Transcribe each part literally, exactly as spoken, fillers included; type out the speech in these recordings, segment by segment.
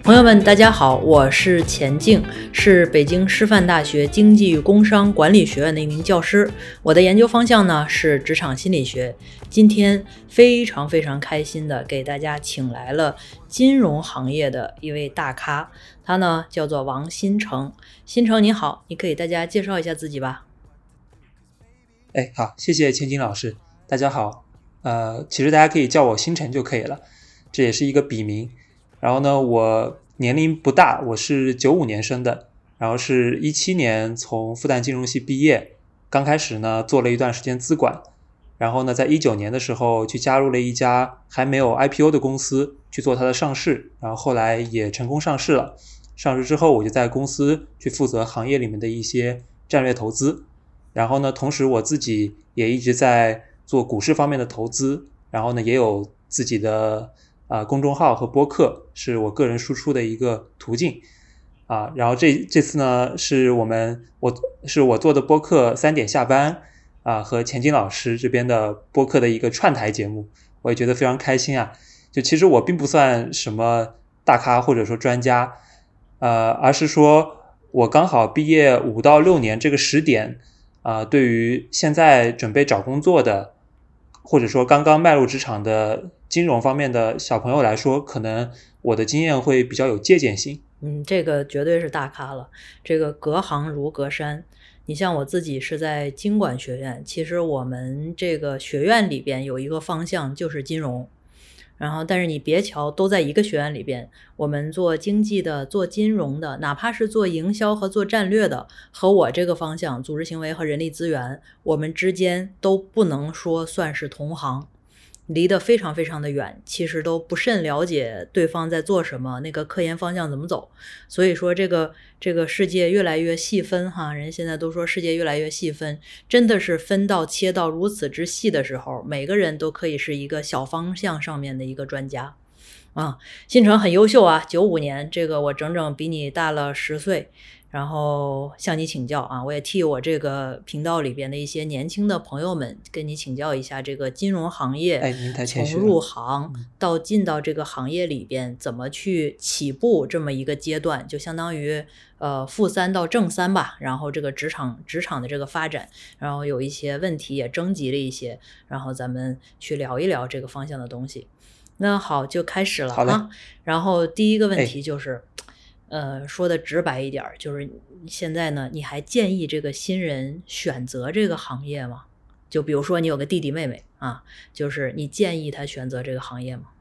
朋友们大家好，我是钱静，是北京师范大学经济与工商管理学院的一名教师。我的研究方向呢是职场心理学。今天非常非常开心的给大家请来了金融行业的一位大咖，他呢叫做王新成。新成你好，你可以大家介绍一下自己吧。 哎，好，谢谢千金老师。大家好，呃，其实大家可以叫我新成就可以了，这也是一个笔名。然后呢，我年龄不大，我是九五年生的，然后是一七年从复旦金融系毕业，刚开始呢做了一段时间资管，然后呢在一九年的时候去加入了一家还没有 I P O 的公司去做它的上市，然后后来也成功上市了。上市之后我就在公司去负责行业里面的一些战略投资，然后呢同时我自己也一直在做股市方面的投资，然后呢也有自己的啊，公众号和播客是我个人输出的一个途径啊。然后这这次呢，是我们我是我做的播客三点下班啊，和钱金老师这边的播客的一个串台节目，我也觉得非常开心啊。就其实我并不算什么大咖或者说专家，呃，而是说我刚好毕业五到六年这个时点啊，对于现在准备找工作的，或者说刚刚迈入职场的金融方面的小朋友来说，可能我的经验会比较有借鉴性。 嗯，这个绝对是大咖了，这个隔行如隔山。你像我自己是在经管学院，其实我们这个学院里边有一个方向就是金融，然后但是你别瞧都在一个学院里边，我们做经济的做金融的，哪怕是做营销和做战略的，和我这个方向组织行为和人力资源，我们之间都不能说算是同行，离得非常非常的远，其实都不甚了解对方在做什么，那个科研方向怎么走。所以说这个这个世界越来越细分哈，人现在都说世界越来越细分，真的是分到切到如此之细的时候，每个人都可以是一个小方向上面的一个专家啊。新成很优秀啊，九五年，这个我整整比你大了十岁。然后向你请教啊，我也替我这个频道里边的一些年轻的朋友们跟你请教一下，这个金融行业从入行到进到这个行业里边怎么去起步这么一个阶段，就相当于呃负三到正三吧，然后这个职场职场的这个发展，然后有一些问题也征集了一些，然后咱们去聊一聊这个方向的东西。那好，就开始了啊。然后第一个问题就是。呃，说的直白一点，就是现在呢，你还建议这个新人选择这个行业吗？就比如说你有个弟弟妹妹啊，就是你建议他选择这个行业吗？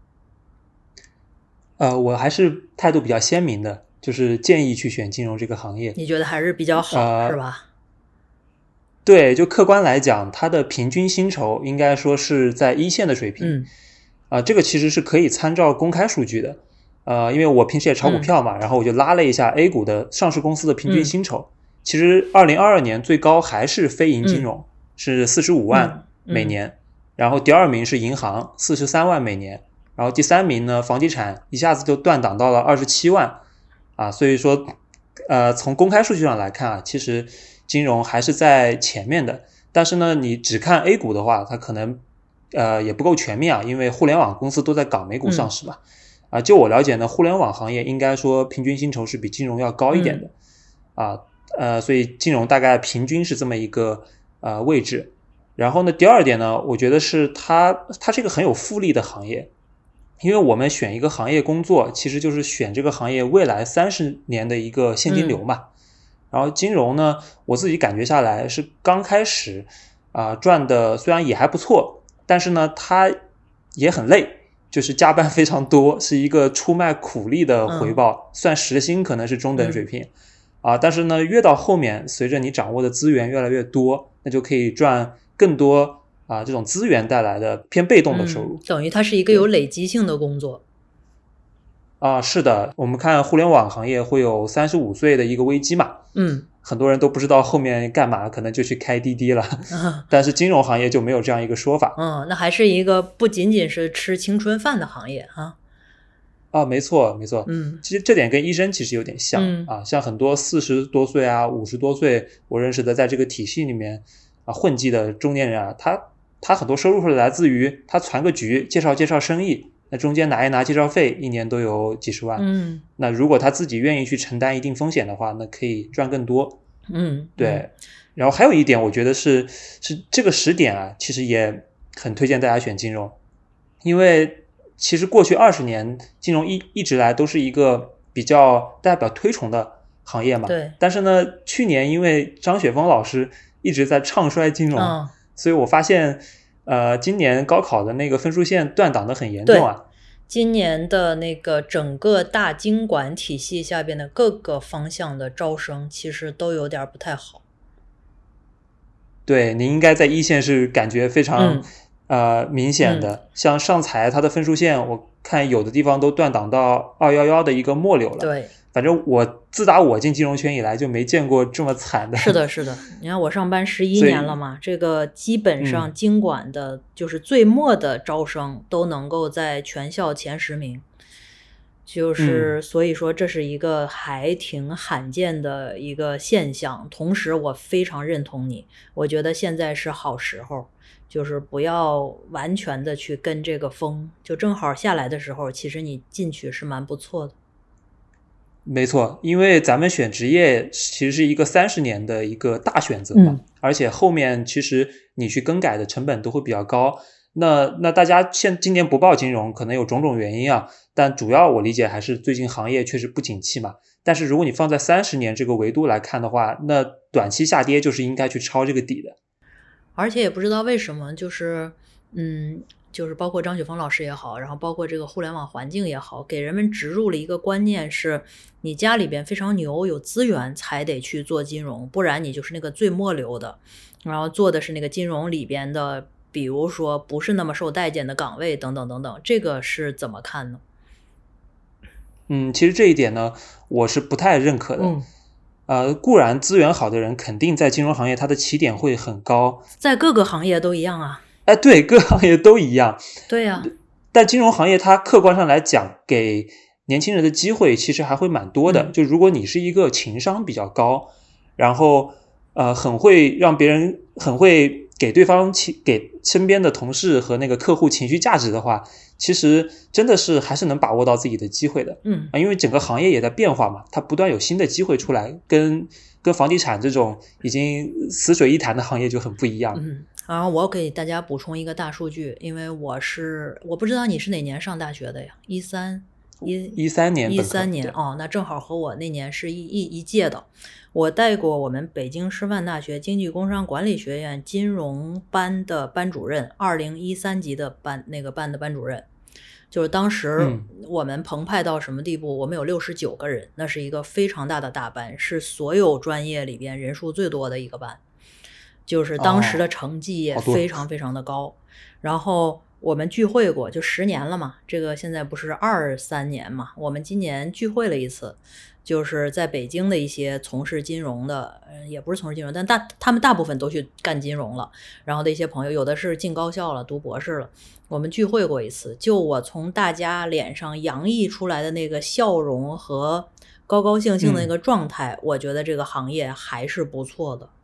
呃，我还是态度比较鲜明的，就是建议去选金融这个行业。 你觉得还是比较好，呃、是吧？ 对，就客观来讲，它的平均薪酬应该说是在一线的水平。 嗯。 啊、呃，这个其实是可以参照公开数据的。呃，因为我平时也炒股票嘛，嗯、然后我就拉了一下 A 股的上市公司的平均薪酬。嗯、其实二零二二年最高还是非银金融，嗯、是四十五万每年，嗯嗯，然后第二名是银行四十三万每年，然后第三名呢房地产一下子就断档到了二十七万啊，所以说呃从公开数据上来看啊，其实金融还是在前面的。但是呢，你只看 A 股的话，它可能呃也不够全面啊，因为互联网公司都在港美股上市嘛。嗯啊，就我了解呢，互联网行业应该说平均薪酬是比金融要高一点的，嗯、啊，呃，所以金融大概平均是这么一个呃位置。然后呢，第二点呢，我觉得是它它是一个很有复利的行业，因为我们选一个行业工作，其实就是选这个行业未来三十年的一个现金流嘛。嗯、然后金融呢，我自己感觉下来是刚开始啊、呃、赚的虽然也还不错，但是呢，它也很累。就是加班非常多，是一个出卖苦力的回报，嗯、算时薪可能是中等水平，嗯、啊，但是呢，越到后面，随着你掌握的资源越来越多，那就可以赚更多啊这种资源带来的偏被动的收入， 嗯、等于它是一个有累积性的工作。 啊，是的，我们看互联网行业会有三十五岁的一个危机嘛， 嗯。 很多人都不知道后面干嘛，可能就去开滴滴了。嗯、但是金融行业就没有这样一个说法。 嗯，那还是一个不仅仅是吃青春饭的行业哈。 啊，没错没错。 嗯， 其实这点跟医生其实有点像、 嗯、 啊，像很多四十多岁啊、五十多岁，我认识的在这个体系里面啊混迹的中年人啊，他他很多收入是来自于他攒个局，介绍介绍生意， 那中间拿一拿介绍费，一年都有几十万。 嗯， 那如果他自己愿意去承担一定风险的话，那可以赚更多。 嗯， 对。 嗯然后还有一点，我觉得是是这个时点啊，其实也很推荐大家选金融，因为其实过去二十年金融一一直来都是一个比较大家比较推崇的行业嘛。 对。 但是呢，去年因为张雪峰老师一直在唱衰金融， 嗯、 所以我发现，呃，今年高考的那个分数线断档的很严重啊。 今年的那个整个大经管体系下边的各个方向的招生，其实都有点不太好。 对，您应该在一线是感觉非常、 嗯、 呃明显的、 嗯， 像上财它的分数线，我看有的地方都断档到二一一的一个末流了。 对， 反正我自打我进金融圈以来就没见过这么惨的。 是的，是的。你看我上班十一年了嘛，这个基本上经管的、嗯、就是最末的招生都能够在全校前十名。就是所以说这是一个还挺罕见的一个现象，同时我非常认同你，我觉得现在是好时候，就是不要完全的去跟这个风，就正好下来的时候，其实你进去是蛮不错的。 没错，因为咱们选职业其实是一个三十年的一个大选择嘛、嗯、而且后面其实你去更改的成本都会比较高。那那大家现今年不报金融可能有种种原因啊，但主要我理解还是最近行业确实不景气嘛。但是如果你放在三十年这个维度来看的话，那短期下跌就是应该去抄这个底的。 而且也不知道为什么，就是嗯，就是包括张雪峰老师也好，然后包括这个互联网环境也好，给人们植入了一个观念，是你家里边非常牛有资源才得去做金融，不然你就是那个最末流的，然后做的是那个金融里边的比如说不是那么受待见的岗位等等等等，这个是怎么看呢？ 嗯，其实这一点呢，我是不太认可的。 嗯， 呃，固然资源好的人肯定在金融行业他的起点会很高， 在各个行业都一样啊。 哎，对，各行业都一样。 对呀、啊。 但金融行业它客观上来讲，给年轻人的机会其实还会蛮多的。 嗯、 就如果你是一个情商比较高，然后呃很会让别人很会。给对方给身边的同事和那个客户情绪价值的话，其实真的是还是能把握到自己的机会的。 嗯， 因为整个行业也在变化嘛，它不断有新的机会出来，跟跟房地产这种已经死水一潭的行业就很不一样。 嗯，然后我给大家补充一个大数据，因为我是我不知道你是哪年上大学的呀？一三一一三年一三年哦，那正好和我那年是一一一届的。我带过我们北京师范大学经济工商管理学院金融班的班主任，二零一三级的班那个班的班主任，就是当时我们澎湃到什么地步？嗯、我们有六十九个人，那是一个非常大的大班，是所有专业里边人数最多的一个班，就是当时的成绩也非常非常的高。哦、然后我们聚会过，就十年了嘛，这个现在不是二三年嘛，我们今年聚会了一次。就是在北京的一些从事金融的，呃，也不是从事金融，但大他们大部分都去干金融了。然后的一些朋友，有的是进高校了，读博士了。我们聚会过一次，就我从大家脸上洋溢出来的那个笑容和高高兴兴的那个状态，嗯、我觉得这个行业还是不错的。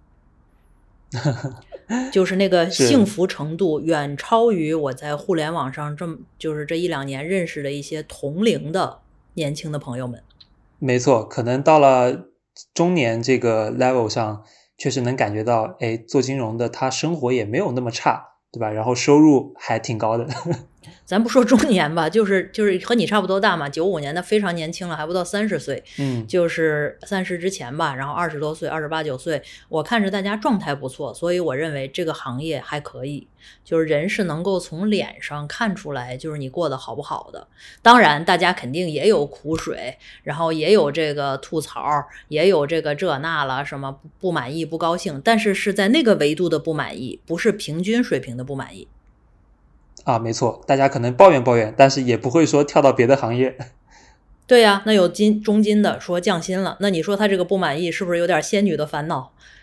就是那个幸福程度远超于我在互联网上这么就是这一两年认识的一些同龄的年轻的朋友们。 没错，可能到了中年这个 level 上，确实能感觉到，哎，做金融的他生活也没有那么差，对吧？然后收入还挺高的。 咱不说中年吧，就是就是和你差不多大嘛，九五年的非常年轻了，还不到三十岁， 嗯， 就是三十之前吧，然后二十多岁，二十八九岁，我看着大家状态不错，所以我认为这个行业还可以，就是人是能够从脸上看出来，就是你过得好不好的。当然，大家肯定也有苦水，然后也有这个吐槽，也有这个这那了，什么不满意、不高兴，但是是在那个维度的不满意，不是平均水平的不满意。 啊，没错，大家可能抱怨抱怨，但是也不会说跳到别的行业。 对呀、啊，那有金中金的说降薪了，那你说他这个不满意是不是有点仙女的烦恼？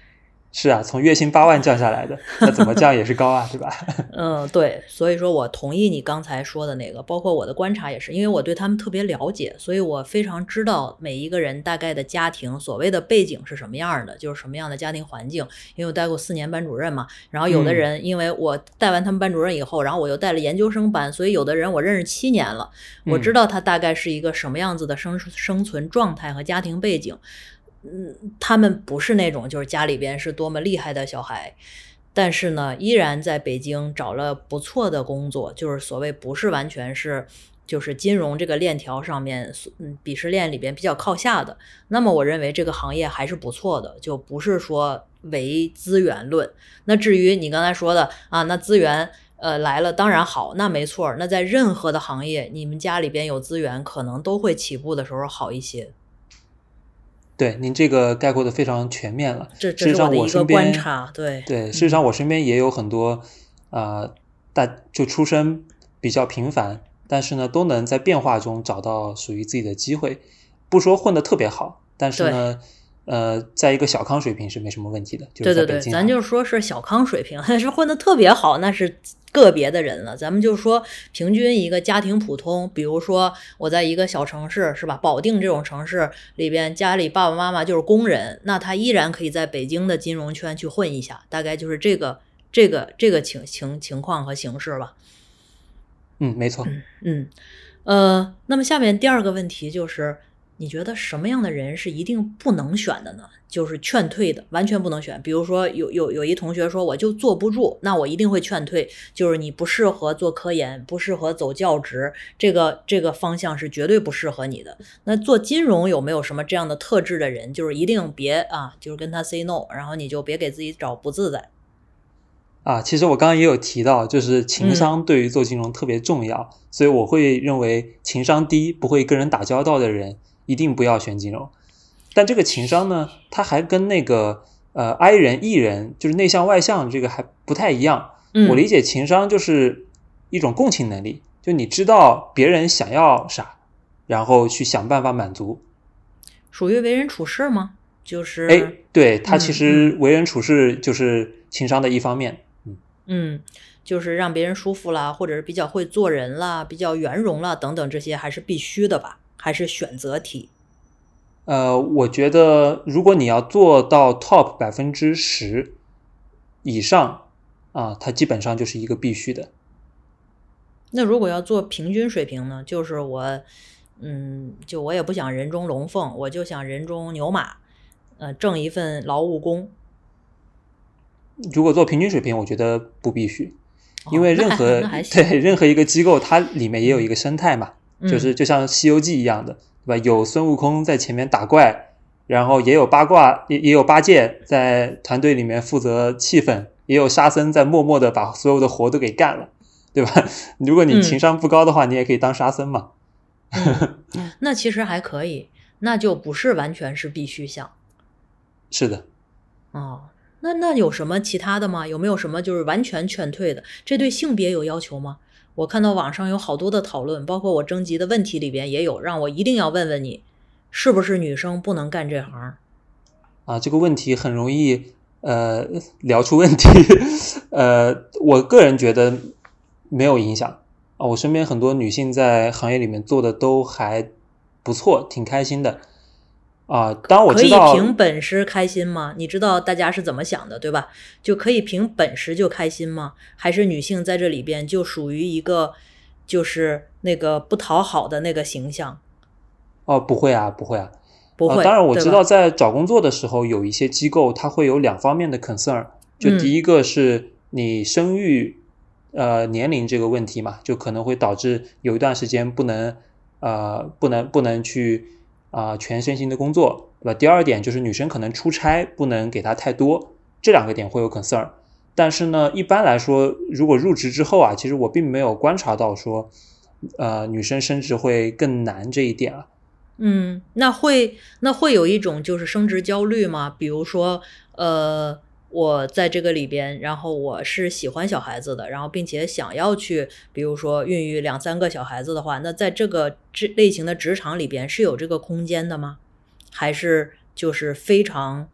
是啊，从月薪八万降下来的，那怎么降也是高啊，对吧？ 嗯，对，所以说我同意你刚才说的那个，包括我的观察也是，因为我对他们特别了解，所以我非常知道每一个人大概的家庭所谓的背景是什么样的，就是什么样的家庭环境。因为我带过四年班主任嘛，然后有的人因为我带完他们班主任以后，然后我又带了研究生班，所以有的人我认识七年了，我知道他大概是一个什么样子的生生存状态和家庭背景。嗯，他们不是那种就是家里边是多么厉害的小孩，但是呢，依然在北京找了不错的工作，就是所谓不是完全是就是金融这个链条上面，嗯，鄙视链里边比较靠下的。那么我认为这个行业还是不错的，就不是说唯资源论。那至于你刚才说的啊，那资源呃来了当然好，那没错。那在任何的行业，你们家里边有资源，可能都会起步的时候好一些。 对，您这个概括的非常全面了。 这这是我的一个观察，对对，事实上我身边也有很多啊、呃，大就出身比较平凡，但是呢，都能在变化中找到属于自己的机会。不说混得特别好，但是呢，呃，在一个小康水平是没什么问题的。就是、 对对对，咱就说是小康水平，但是混得特别好，那是个别的人了。咱们就说平均一个家庭普通，比如说我在一个小城市，是吧？保定这种城市里边，家里爸爸妈妈就是工人，那他依然可以在北京的金融圈去混一下，大概就是这个这个这个情情情况和形式吧。 嗯，没错。 嗯嗯，呃，那么下面第二个问题就是。你觉得什么样的人是一定不能选的呢？就是劝退的，完全不能选。比如说有有有一同学说我就坐不住，那我一定会劝退，就是你不适合做科研，不适合走教职，这个这个方向是绝对不适合你的。那做金融有没有什么这样的特质的人，就是一定别啊，就是跟他 say no， 然后你就别给自己找不自在。 啊，其实我刚刚也有提到，就是情商对于做金融特别重要，嗯、所以我会认为情商低、不会跟人打交道的人。一定不要选金融，但这个情商呢，它还跟那个呃 I 人 E 人，就是内向外向这个还不太一样。 嗯、 我理解情商就是一种共情能力，就你知道别人想要啥，然后去想办法满足。 属于为人处事吗？就是哎，对，他其实为人处事就是情商的一方面。 嗯嗯，就是让别人舒服啦，或者是比较会做人啦，比较圆融啦，等等，这些还是必须的吧？还是选择题？ 呃，我觉得如果你要做到 top 百分之十以上啊，它基本上就是一个必须的。 那如果要做平均水平呢？就是我，嗯，就我也不想人中龙凤，我就想人中牛马，呃，挣一份劳务工。 如果做平均水平，我觉得不必须，因为任何、 哦、 对任何一个机构，它里面也有一个生态嘛。 嗯、 就是就像《西游记》一样的，对吧？有孙悟空在前面打怪，然后也有八卦，也也有八戒在团队里面负责气氛，也有沙僧在默默的把所有的活都给干了，对吧？如果你情商不高的话，嗯、你也可以当沙僧嘛。 嗯、那其实还可以，那就不是完全是必须项。 是的。 哦，那那有什么其他的吗？有没有什么就是完全劝退的？这对性别有要求吗？我看到网上有好多的讨论，包括我征集的问题里边也有，让我一定要问问你，是不是女生不能干这行？ 啊，这个问题很容易呃聊出问题。呃，我个人觉得没有影响啊，我身边很多女性在行业里面做的都还不错，挺开心的。啊，当然我知道可以凭本事开心吗？你知道大家是怎么想的，对吧？就可以凭本事就开心吗？还是女性在这里边就属于一个就是那个不讨好的那个形象？ 哦，不会啊，不会啊， 不会。 呃、当然我知道在找工作的时候，有一些机构它会有两方面的 concern， 就第一个是你生育、嗯、呃年龄这个问题嘛，就可能会导致有一段时间不能呃不能不能去。啊、呃，全身心的工作，对吧？第二点就是女生可能出差不能给她太多，这两个点会有 concern。但是呢，一般来说，如果入职之后啊，其实我并没有观察到说，呃，女生升职会更难这一点啊。 嗯，那会那会有一种就是升职焦虑吗？比如说，呃。我在这个里边，然后我是喜欢小孩子的，然后并且想要去，比如说孕育两三个小孩子的话，那在这个这类型的职场里边是有这个空间的吗？还是就是非常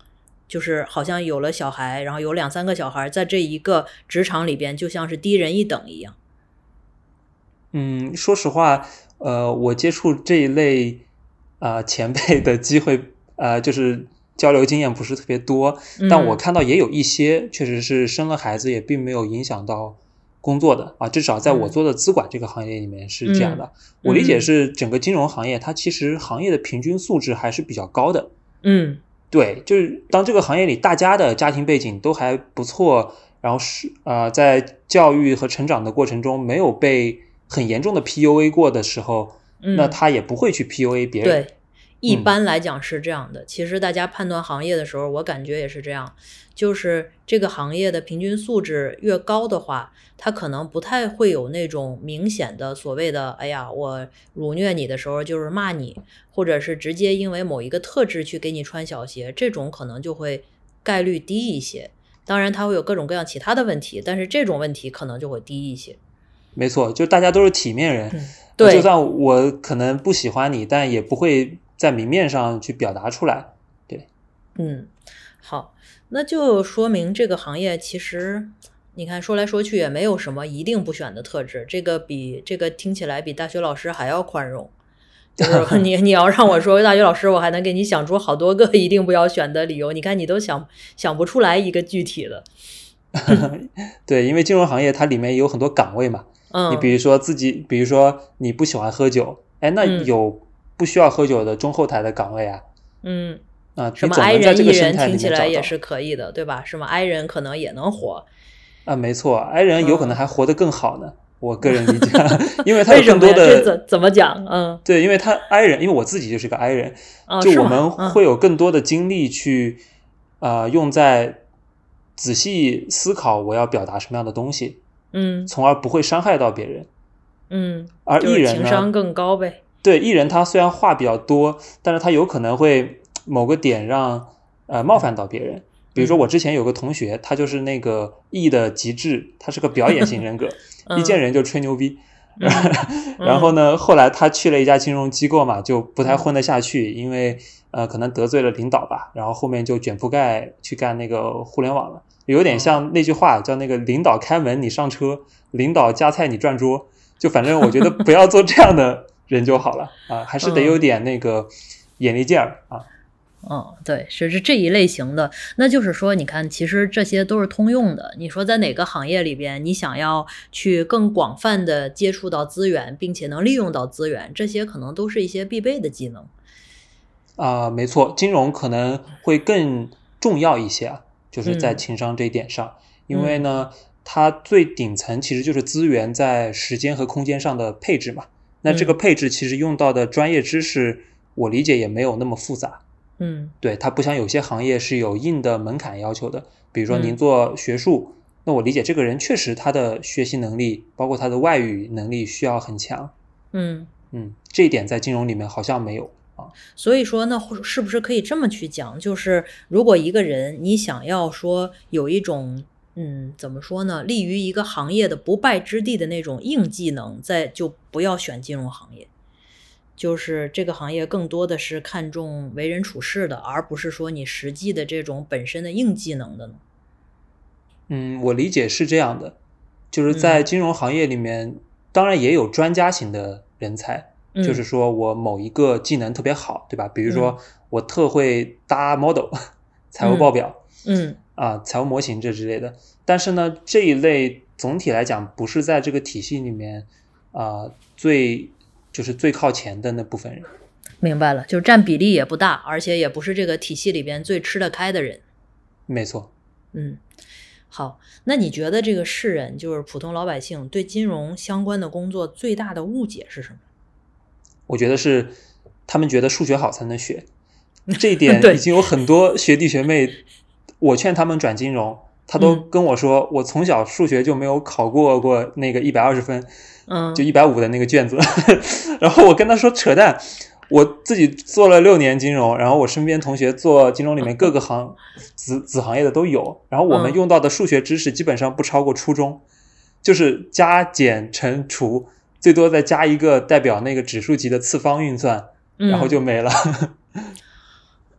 就是好像有了小孩，然后有两三个小孩，在这一个职场里边就像是低人一等一样。 嗯，说实话，呃，我接触这一类啊、呃、前辈的机会，呃，就是交流经验不是特别多，但我看到也有一些确实是生了孩子也并没有影响到工作的啊，至少在我做的资管这个行业里面是这样的。 嗯、 我理解是整个金融行业它其实行业的平均素质还是比较高的。 嗯， 对，就是当这个行业里大家的家庭背景都还不错，然后是呃在教育和成长的过程中没有被很严重的 P U A 过的时候， 嗯、 那他也不会去 P U A 别人。 对，一般来讲是这样的、嗯、其实大家判断行业的时候，我感觉也是这样，就是这个行业的平均素质越高的话，它可能不太会有那种明显的所谓的哎呀我辱虐你的时候就是骂你，或者是直接因为某一个特质去给你穿小鞋，这种可能就会概率低一些。当然它会有各种各样其他的问题，但是这种问题可能就会低一些。 没错，就大家都是体面人、 嗯、对， 就算我可能不喜欢你，但也不会在明面上去表达出来。对， 嗯，好，那就说明这个行业其实你看说来说去也没有什么一定不选的特质，这个比这个听起来比大学老师还要宽容。就是你你要让我说大学老师，我还能给你想出好多个一定不要选的理由，你看你都想想不出来一个具体的。 对，因为金融行业它里面有很多岗位嘛， 嗯， 你比如说自己，比如说你不喜欢喝酒，哎，那有不需要喝酒的中后台的岗位啊， 嗯， 啊， 什么 I 人 E 人听起来也是可以的，对吧？什么 I 人可能也能活啊，没错 ，I 人有可能还活得更好呢。嗯、我个人理解，因为他有更多的为什么呀？这怎么讲？嗯， 对，因为他 I 人，因为我自己就是个 I 人， 哦、 就我们会有更多的精力去啊、呃、用在仔细思考我要表达什么样的东西， 嗯， 从而不会伤害到别人。 嗯， 而艺人呢， 就是情商更高呗。 对，艺人他虽然话比较多，但是他有可能会某个点让呃冒犯到别人。比如说我之前有个同学，他就是那个艺的极致，他是个表演型人格，嗯、一见人就吹牛逼。 嗯、 然后呢，后来他去了一家金融机构嘛，就不太混得下去，因为呃可能得罪了领导吧，然后后面就卷铺盖去干那个互联网了，有点像那句话叫那个领导开门你上车，领导夹菜你转桌，就反正我觉得不要做这样的人就好了啊，还是得有点那个眼力劲儿啊。 嗯，对，是是这一类型的。那就是说你看其实这些都是通用的，你说在哪个行业里边你想要去更广泛的接触到资源并且能利用到资源，这些可能都是一些必备的技能啊、呃，没错，金融可能会更重要一些啊，就是在情商这一点上、嗯、因为呢它最顶层其实就是资源在时间和空间上的配置嘛，那这个配置其实用到的专业知识我理解也没有那么复杂。 嗯， 对，它不像有些行业是有硬的门槛要求的，比如说您做学术、嗯、那我理解这个人确实他的学习能力包括他的外语能力需要很强。 嗯嗯，这一点在金融里面好像没有啊。 所以说呢，是不是可以这么去讲，就是如果一个人你想要说有一种嗯怎么说呢，立于一个行业的不败之地的那种硬技能，再就不要选金融行业，就是这个行业更多的是看重为人处事的，而不是说你实际的这种本身的硬技能的呢？ 嗯，我理解是这样的，就是在金融行业里面、嗯、当然也有专家型的人才、嗯、就是说我某一个技能特别好，对吧？比如说我特会搭 model、嗯、财务报表， 嗯啊，财务模型这之类的，但是呢这一类总体来讲不是在这个体系里面啊、呃、最就是最靠前的那部分人。 明白了，就占比例也不大，而且也不是这个体系里边最吃得开的人。 没错。 嗯，好，那你觉得这个世人就是普通老百姓对金融相关的工作最大的误解是什么？ 我觉得是他们觉得数学好才能学，这一点已经有很多学弟学妹我劝他们转金融，他都跟我说、嗯、我从小数学就没有考过过那个一百二十分， 嗯， 就一百五的那个卷子然后我跟他说扯淡，我自己做了六年金融，然后我身边同学做金融里面各个行子子行业的都有，然后我们用到的数学知识基本上不超过初中，就是加减乘除，最多再加一个代表那个指数级的次方运算，然后就没了。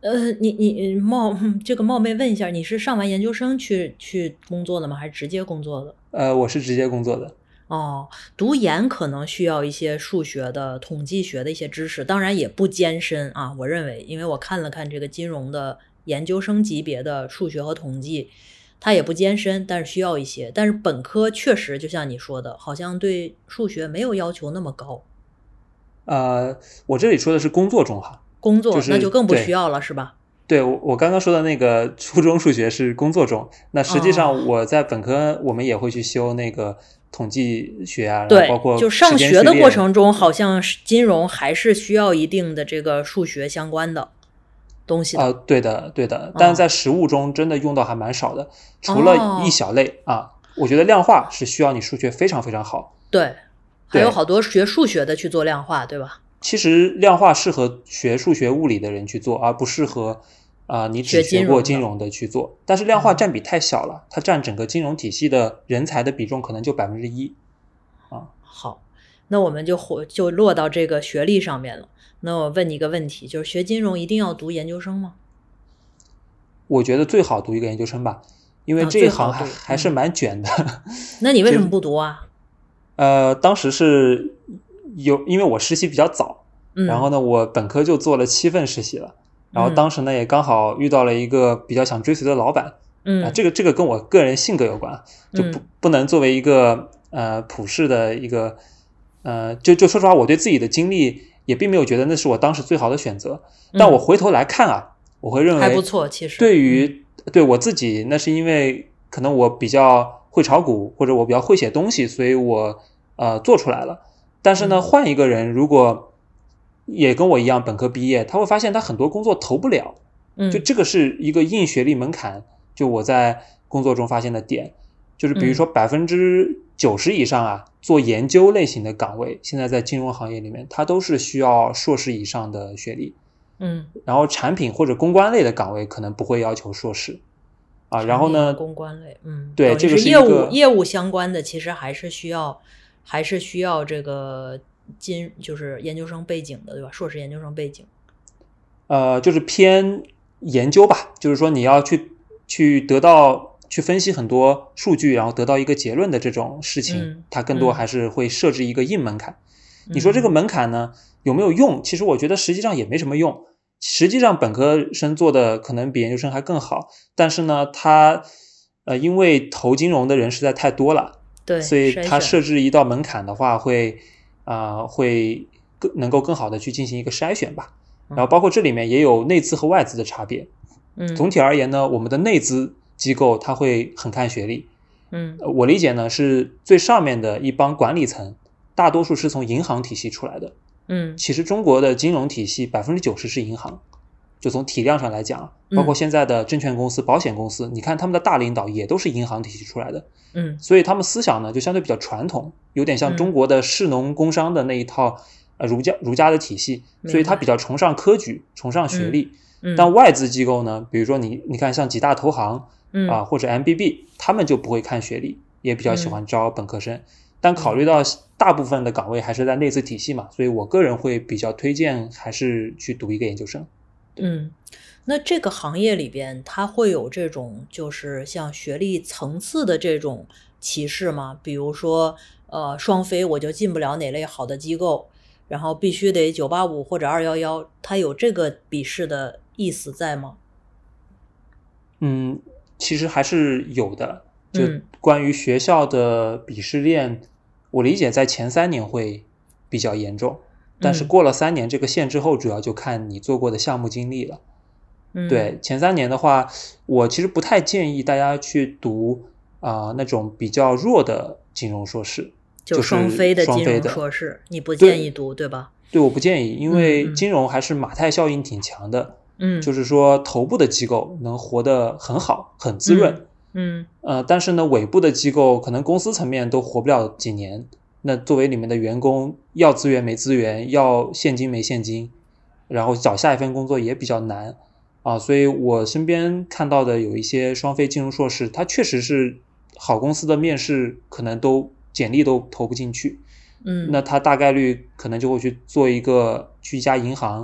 呃，你你冒这个冒昧问一下，你是上完研究生去去工作的吗？还是直接工作的？ 呃，我是直接工作的。 哦，读研可能需要一些数学的、统计学的一些知识，当然也不艰深啊。我认为，因为我看了看这个金融的研究生级别的数学和统计，它也不艰深，但是需要一些。但是本科确实就像你说的，好像对数学没有要求那么高。 呃，我这里说的是工作中哈， 工作、 就是那就更不需对要了，是吧？ 对，我我刚刚说的那个初中数学是工作中，那实际哦， 上我在本科我们也会去修那个统计学啊，然后对， 包括就上时间学的过序列。 程中，好像是金融还是需要一定的这个数学相关的东西呃， 的。 对的，对的，但是哦在实务中真的用到还蛮少的，除了一哦， 小类啊，我觉得量化是需要你数学非常非常好。 对，还有对， 好多学数学的去做量化，对吧？ 其实量化适合学数学物理的人去做，而不适合啊、呃你只学学过金融的。 金融的去做。但是量化哦， 占比太小了，它占整个金融体系的人才的比重可能就百分之一啊。 好，那我们就回就落到这个学历上面了。那我问你一个问题，就是学金融一定要读研究生吗？ 我觉得最好读一个研究生吧，因为啊， 这一行还最好读。嗯， 还是蛮卷的。 那你为什么就是不读啊？ 呃，当时是有，因为我实习比较早，然后嗯呢，我本科就做了七份实习了，然后嗯当时呢也刚好遇到了一个比较想追随的老板。啊， 嗯这个这个跟我个人性格有关，就不嗯不能作为一个呃普世的一个呃，就就说实话，我对自己的经历也并没有觉得那是我当时最好的选择，但我嗯， 回头来看啊，我会认为还不错，其实。嗯对于对我自己，那是因为可能我比较会炒股，或者我比较会写东西，所以我呃做出来了。但是呢， 嗯换一个人如果也跟我一样本科毕业，他会发现他很多工作投不了，就嗯这个是一个硬学历门槛。就我在工作中发现的点，就是比如说嗯百分之九十以上啊，做研究类型的岗位，现在在金融行业里面，它都是需要硕士以上的学历。 嗯， 然后产品或者公关类的岗位可能不会要求硕士啊。然产品和后呢， 公关类，嗯， 对， 等于这个是业务是一个业务相关的，其实还是需要还是需要这个金就是研究生背景的，对吧？硕士研究生背景。 呃，就是偏研究吧，就是说你要去去得到去分析很多数据，然后得到一个结论的这种事情， 嗯它更多嗯还是会设置一个硬门槛。你说这个嗯门槛呢有没有用？其实我觉得实际上也没什么用。实际上本科生做的可能比研究生还更好，但是呢，他呃因为投金融的人实在太多了， 对， 所以他筛选。 设置一道门槛的话会，啊、呃、会更能够更好的去进行一个筛选吧。然后包括这里面也有内资和外资的差别。 嗯总体而言呢，我们的内资机构它会很看学历。 嗯呃我理解呢是最上面的一帮管理层，大多数是从银行体系出来的。 嗯其实中国的金融体系百分之九十是银行，就从体量上来讲，包括嗯现在的证券公司、保险公司，你看他们的大领导也都是银行体系出来的， 嗯所以他们思想呢就相对比较传统，有点像中国的士农工商的那一套呃儒家儒家的体系，所以他比较崇尚科举，崇尚学历。 嗯， 但外资机构呢，比如说你你看像几大投行嗯啊、或者 M B B， 他们就不会看学历，也比较喜欢招本科生。但考虑到大部分的岗位还是在内资体系嘛，所以我个人会比较推荐还是去读一个研究生。 嗯，那这个行业里边，它会有这种就是像学历层次的这种歧视吗？比如说，呃，双非我就进不了哪类好的机构，然后必须得九八五或者二幺幺，它有这个鄙视的意思在吗？ 嗯，其实还是有的。就嗯关于学校的鄙视链，我理解在前三年会比较严重，但是嗯过了三年这个线之后，主要就看你做过的项目经历了。 嗯， 对，前三年的话，我其实不太建议大家去读啊、那种比较弱的金融硕士， 就就是双非的金融双非的。 硕士，你不对建议读，对吧？ 对，我不建议，因嗯嗯为金融还是马太效应挺强的， 嗯， 就是说头部的机构能活得很好，很滋润。 嗯呃，但是呢，尾部的机构可能公司层面都活不了几年。那作为里面的员工，要资源没资源，要现金没现金，然后找下一份工作也比较难啊。所以我身边看到的有一些双非金融硕士，他确实是好公司的面试可能都简历都投不进去， 嗯， 那他大概率可能就会去做一个去一家银行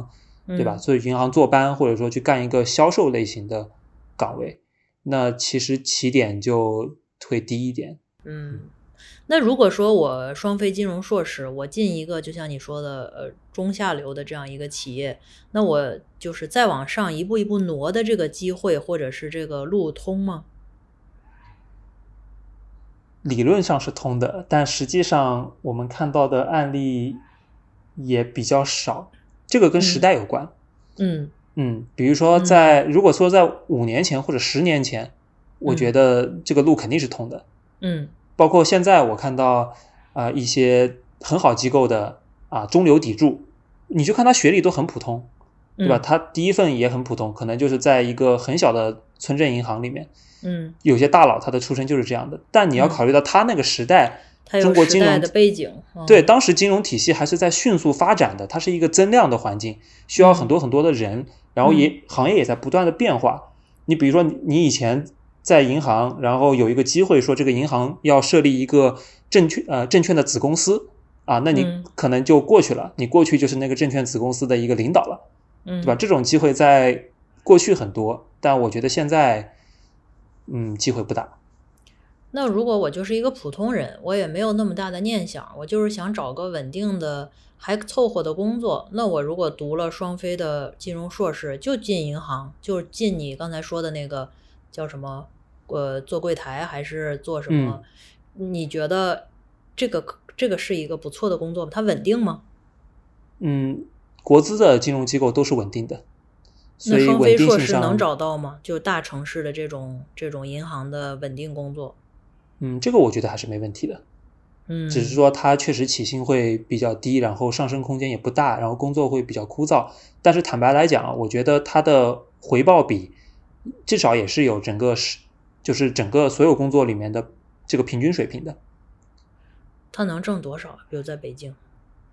对吧？所以银行坐班，或者说去干一个销售类型的岗位，那其实起点就会低一点。 嗯，那如果说我双非金融硕士，我进一个就像你说的呃中下流的这样一个企业，那我就是再往上一步一步挪的这个机会或者是这个路通吗？ 理论上是通的，但实际上我们看到的案例也比较少，这个跟时代有关。 嗯嗯，比如说在、嗯、如果说在五年前或者十年前，我觉得这个路肯定是通的。 嗯， 包括现在我看到啊、呃、一些很好机构的啊中流砥柱，你就看他学历都很普通，对吧？嗯、他第一份也很普通，可能就是在一个很小的村镇银行里面。 嗯， 有些大佬他的出身就是这样的，但你要考虑到他那个时代， 嗯、 中国金融的背景，嗯、 对，当时金融体系还是在迅速发展的，它是一个增量的环境，需要很多很多的人，嗯、然后也、嗯、行业也在不断的变化。你比如说，你以前在银行，然后有一个机会说这个银行要设立一个证券呃证券的子公司啊，那你可能就过去了，嗯、你过去就是那个证券子公司的一个领导了， 嗯， 对吧？这种机会在过去很多，但我觉得现在。嗯，机会不大。 那如果我就是一个普通人，我也没有那么大的念想，我就是想找个稳定的还凑合的工作，那我如果读了双非的金融硕士，就进银行，就进你刚才说的那个叫什么呃做柜台还是做什么、嗯、你觉得这个这个是一个不错的工作吗？它稳定吗？ 嗯，国资的金融机构都是稳定的。 那双非硕士能找到吗？就大城市的这种这种银行的稳定工作？ 嗯，这个我觉得还是没问题的。 嗯， 只是说它确实起薪会比较低，然后上升空间也不大，然后工作会比较枯燥。但是坦白来讲，我觉得它的回报比至少也是有整个是就是整个所有工作里面的这个平均水平的。 它能挣多少？比如在北京？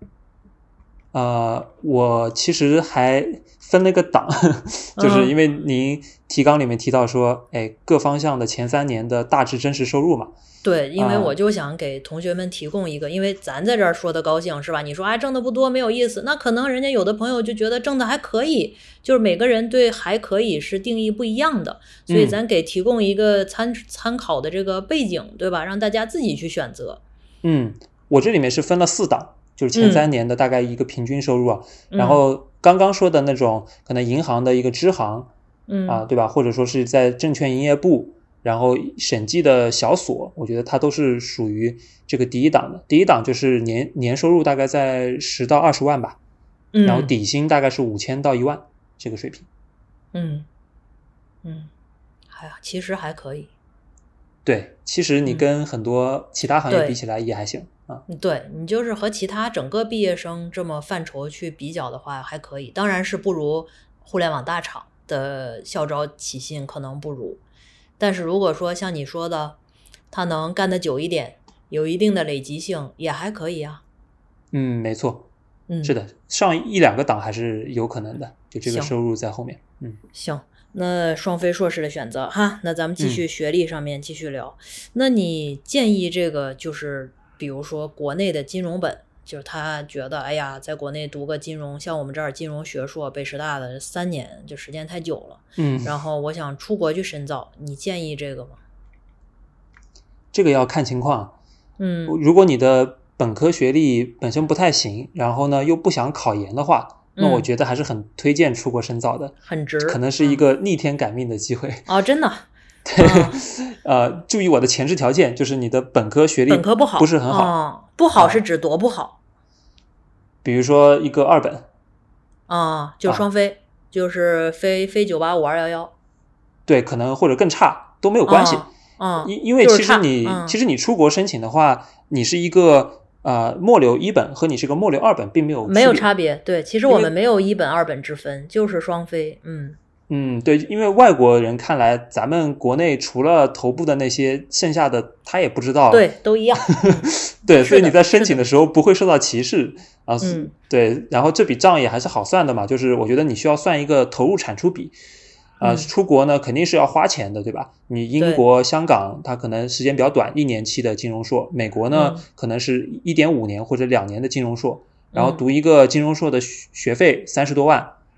呃，我其实还分了个档，就是因为您提纲里面提到说，哎，各方向的前三年的大致真实收入嘛。 对，因为我就想给同学们提供一个，呃、因为咱在这儿说的高兴是吧？你说啊，挣的不多没有意思，那可能人家有的朋友就觉得挣的还可以，就是每个人对还可以是定义不一样的，所以咱给提供一个参、嗯、参考的这个背景，对吧？让大家自己去选择。 嗯，我这里面是分了四档。就是前三年的大概一个平均收入啊， 嗯、 然后刚刚说的那种可能银行的一个支行， 嗯啊，对吧？或者说是在证券营业部，然后审计的小所，我觉得它都是属于这个第一档的。第一档就是年年收入大概在十到二十万吧， 嗯、 然后底薪大概是五千到一万这个水平。 嗯嗯，还其实还可以。 对，其实你跟很多其他行业比起来也还行。 嗯、对，你就是和其他整个毕业生这么范畴去比较的话还可以，当然是不如互联网大厂的校招起薪可能不如，但是如果说像你说的他能干得久一点，有一定的累积性也还可以啊。 嗯，没错， 嗯， 是的，上一两个档还是有可能的，就这个收入在后面。嗯， 行，那双非硕士的选择哈，那咱们继续学历上面继续聊、嗯、那你建议这个就是比如说国内的金融本，就是他觉得哎呀在国内读个金融，像我们这儿金融学硕北师大的三年就时间太久了， 嗯， 然后我想出国去深造，你建议这个吗？ 这个要看情况。 嗯， 如果你的本科学历本身不太行，然后呢又不想考研的话，那我觉得还是很推荐出国深造的， 很值， 可能是一个逆天改命的机会。 哦，真的？ 对，呃，注意我的前置条件，就是你的本科学历本科不好， 不是很好。 哦、不好是指多不好？ 比如说一个二本。 啊，就双非，啊、就是非非九八五二幺幺。 对，可能或者更差都没有关系。 嗯， 因因为其实你、 嗯、 其实你出国申请的话，你是一个呃末流一本和你是个末流二本并没有没有差别。对，其实我们没有一本二本之分，就是双非。嗯嗯，对，因为外国人看来，咱们国内除了头部的那些，剩下的他也不知道。 对，都一样。 对，所以你在申请的时候不会受到歧视啊。 嗯， 对，然后这笔账也还是好算的嘛，就是我觉得你需要算一个投入产出比。啊、呃，出国呢肯定是要花钱的，对吧？你英国、香港，它可能时间比较短，一年期的金融硕；美国呢， 嗯、 可能是一点五年或者两年的金融硕。然后读一个金融硕的学费三十多万，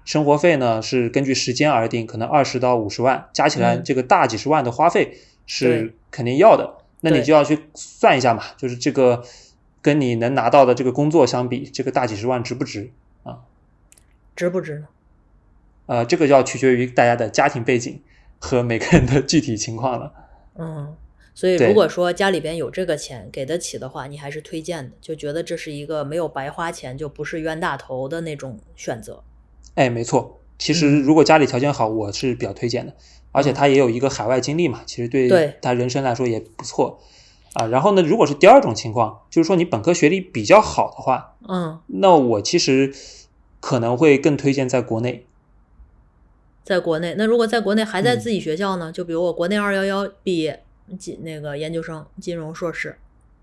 生活费呢是根据时间而定，可能二十到五十万，加起来这个大几十万的花费是肯定要的。那你就要去算一下嘛，就是这个跟你能拿到的这个工作相比，这个大几十万值不值啊？ 值不值呢？ 呃，这个要取决于大家的家庭背景和每个人的具体情况了。 嗯，所以如果说家里边有这个钱给得起的话，你还是推荐的，就觉得这是一个没有白花钱，就不是冤大头的那种选择。 哎，没错。其实如果家里条件好，我是比较推荐的，而且他也有一个海外经历嘛，其实对他人生来说也不错啊。然后呢，如果是第二种情况，就是说你本科学历比较好的话， 嗯， 那我其实可能会更推荐在国内。 在国内，那如果在国内还在自己学校呢？嗯、就比如我国内二幺幺毕业，那个研究生金融硕士，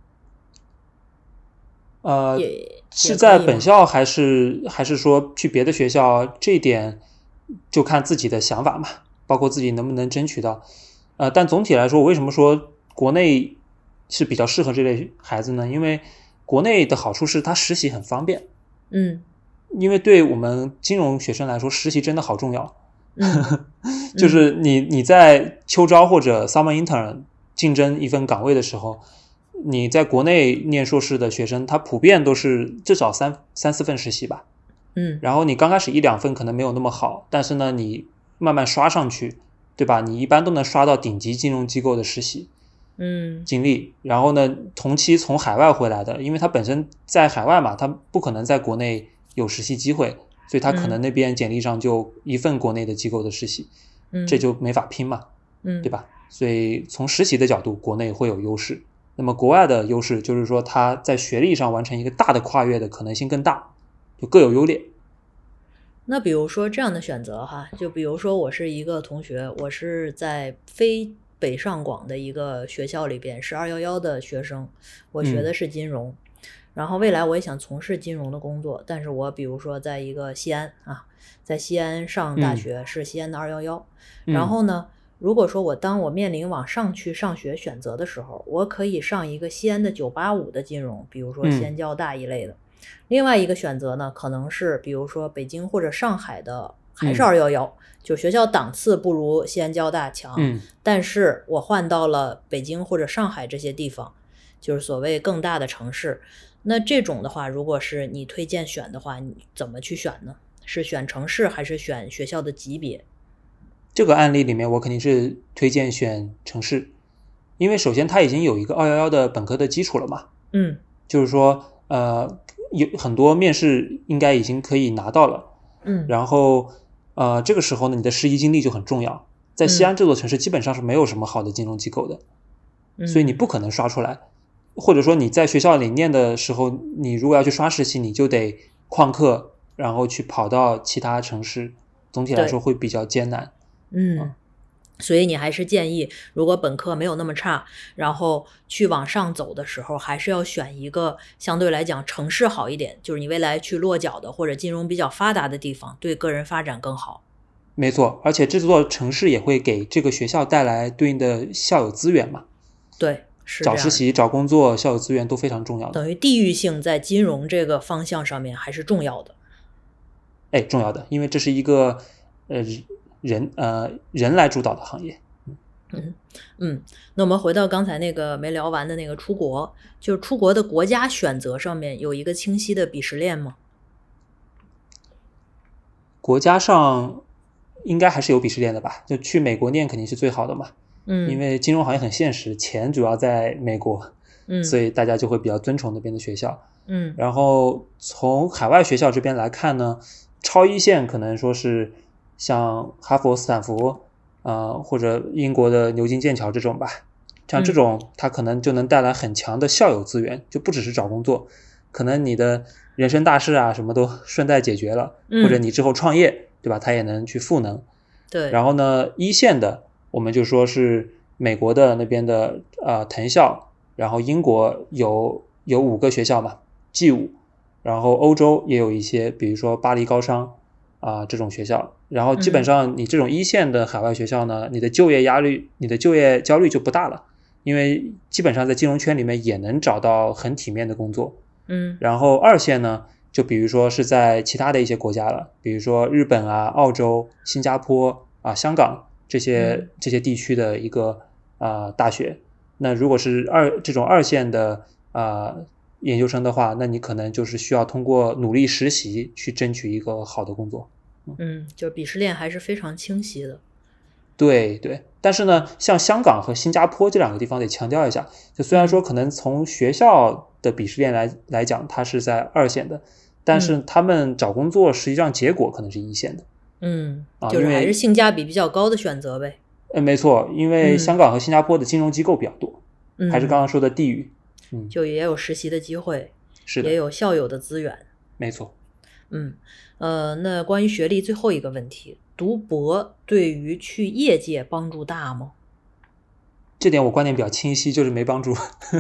呃，是在本校还是还是说去别的学校？这一点就看自己的想法嘛，包括自己能不能争取到。呃，但总体来说，我为什么说国内是比较适合这类孩子呢？因为国内的好处是它实习很方便。 嗯， 因为对我们金融学生来说，实习真的好重要。 嗯、 就是你你在秋招或者 summer intern 竞争一份岗位的时候，你在国内念硕士的学生，他普遍都是至少三三四份实习吧。 嗯， 然后你刚开始一两份可能没有那么好，但是呢，你慢慢刷上去，对吧？你一般都能刷到顶级金融机构的实习， 嗯， 经历。然后呢，同期从海外回来的，因为他本身在海外嘛，他不可能在国内有实习机会。所以他可能那边简历上就一份国内的机构的实习， 嗯， 这就没法拼嘛， 嗯， 对吧？所以从实习的角度，国内会有优势。那么国外的优势就是说，他在学历上完成一个大的跨越的可能性更大，就各有优劣。 那比如说这样的选择哈，就比如说我是一个同学，我是在非北上广的一个学校里边，是二幺幺的学生，我学的是金融。嗯，然后未来我也想从事金融的工作，但是我比如说在一个西安啊，在西安上大学，是西安的二幺幺。然后呢，如果说我当我面临往上去上学选择的时候，我可以上一个西安的九八五的金融，比如说西安交大一类的。嗯、另外一个选择呢，可能是比如说北京或者上海的，还是二幺幺，就学校档次不如西安交大强， 嗯， 但是我换到了北京或者上海这些地方，就是所谓更大的城市。那这种的话，如果是你推荐选的话，你怎么去选呢？是选城市还是选学校的级别？ 这个案例里面，我肯定是推荐选城市，因为首先它已经有一个二幺幺的本科的基础了嘛。 嗯， 就是说，呃，有很多面试应该已经可以拿到了。 嗯， 然后，呃，这个时候呢，你的实习经历就很重要。在西安这座城市，基本上是没有什么好的金融机构的， 嗯、 所以你不可能刷出来。或者说你在学校里念的时候，你如果要去刷实习，你就得旷课，然后去跑到其他城市，总体来说会比较艰难。 嗯，所以你还是建议，如果本科没有那么差，然后去往上走的时候，还是要选一个相对来讲城市好一点，就是你未来去落脚的或者金融比较发达的地方，对个人发展更好。 没错，而且这座城市也会给这个学校带来对应的校友资源嘛。 对。 找实习、找工作、校友资源都非常重要的。 等于地域性在金融这个方向上面还是重要的。 哎，重要的，因为这是一个呃人呃人来主导的行业。 嗯嗯，那我们回到刚才那个没聊完的那个出国，就是出国的国家选择上面有一个清晰的鄙视链吗？ 国家上应该还是有鄙视链的吧？就去美国念肯定是最好的嘛。 嗯， 因为金融行业很现实，钱主要在美国， 嗯， 所以大家就会比较尊崇那边的学校。 嗯， 然后从海外学校这边来看呢，超一线可能说是像哈佛、斯坦福，呃，或者英国的牛津、剑桥这种吧。像这种，它可能就能带来很强的校友资源，就不只是找工作，可能你的人生大事啊什么都顺带解决了， 嗯、 或者你之后创业，对吧？它也能去赋能。 对。 然后呢，一线的。我们就说是美国的那边的呃藤校，然后英国有有五个学校嘛 G 五，然后欧洲也有一些，比如说巴黎高商啊、呃、这种学校，然后基本上你这种一线的海外学校呢，你的就业压力、你的就业焦虑就不大了，因为基本上在金融圈里面也能找到很体面的工作。 嗯， 然后二线呢， 就比如说是在其他的一些国家了，比如说日本啊、澳洲、新加坡啊、香港这些、 嗯、 这些地区的一个啊、呃、大学。那如果是二这种二线的啊、呃、研究生的话，那你可能就是需要通过努力实习去争取一个好的工作。 嗯，就鄙视链还是非常清晰的。 对对，但是呢，像香港和新加坡这两个地方得强调一下，就虽然说可能从学校的鄙视链来来讲，它是在二线的，但是他们找工作实际上结果可能是一线的。 嗯， 啊， 就是还是因为性价比比较高的选择呗。 呃，没错，因为嗯香港和新加坡的金融机构比较多， 嗯， 还是刚刚说的地域，嗯， 就也有实习的机会， 是的， 也有校友的资源。 没错。 嗯，呃，那关于学历最后一个问题，读博对于去业界帮助大吗？ 这点我观点比较清晰，就是没帮助。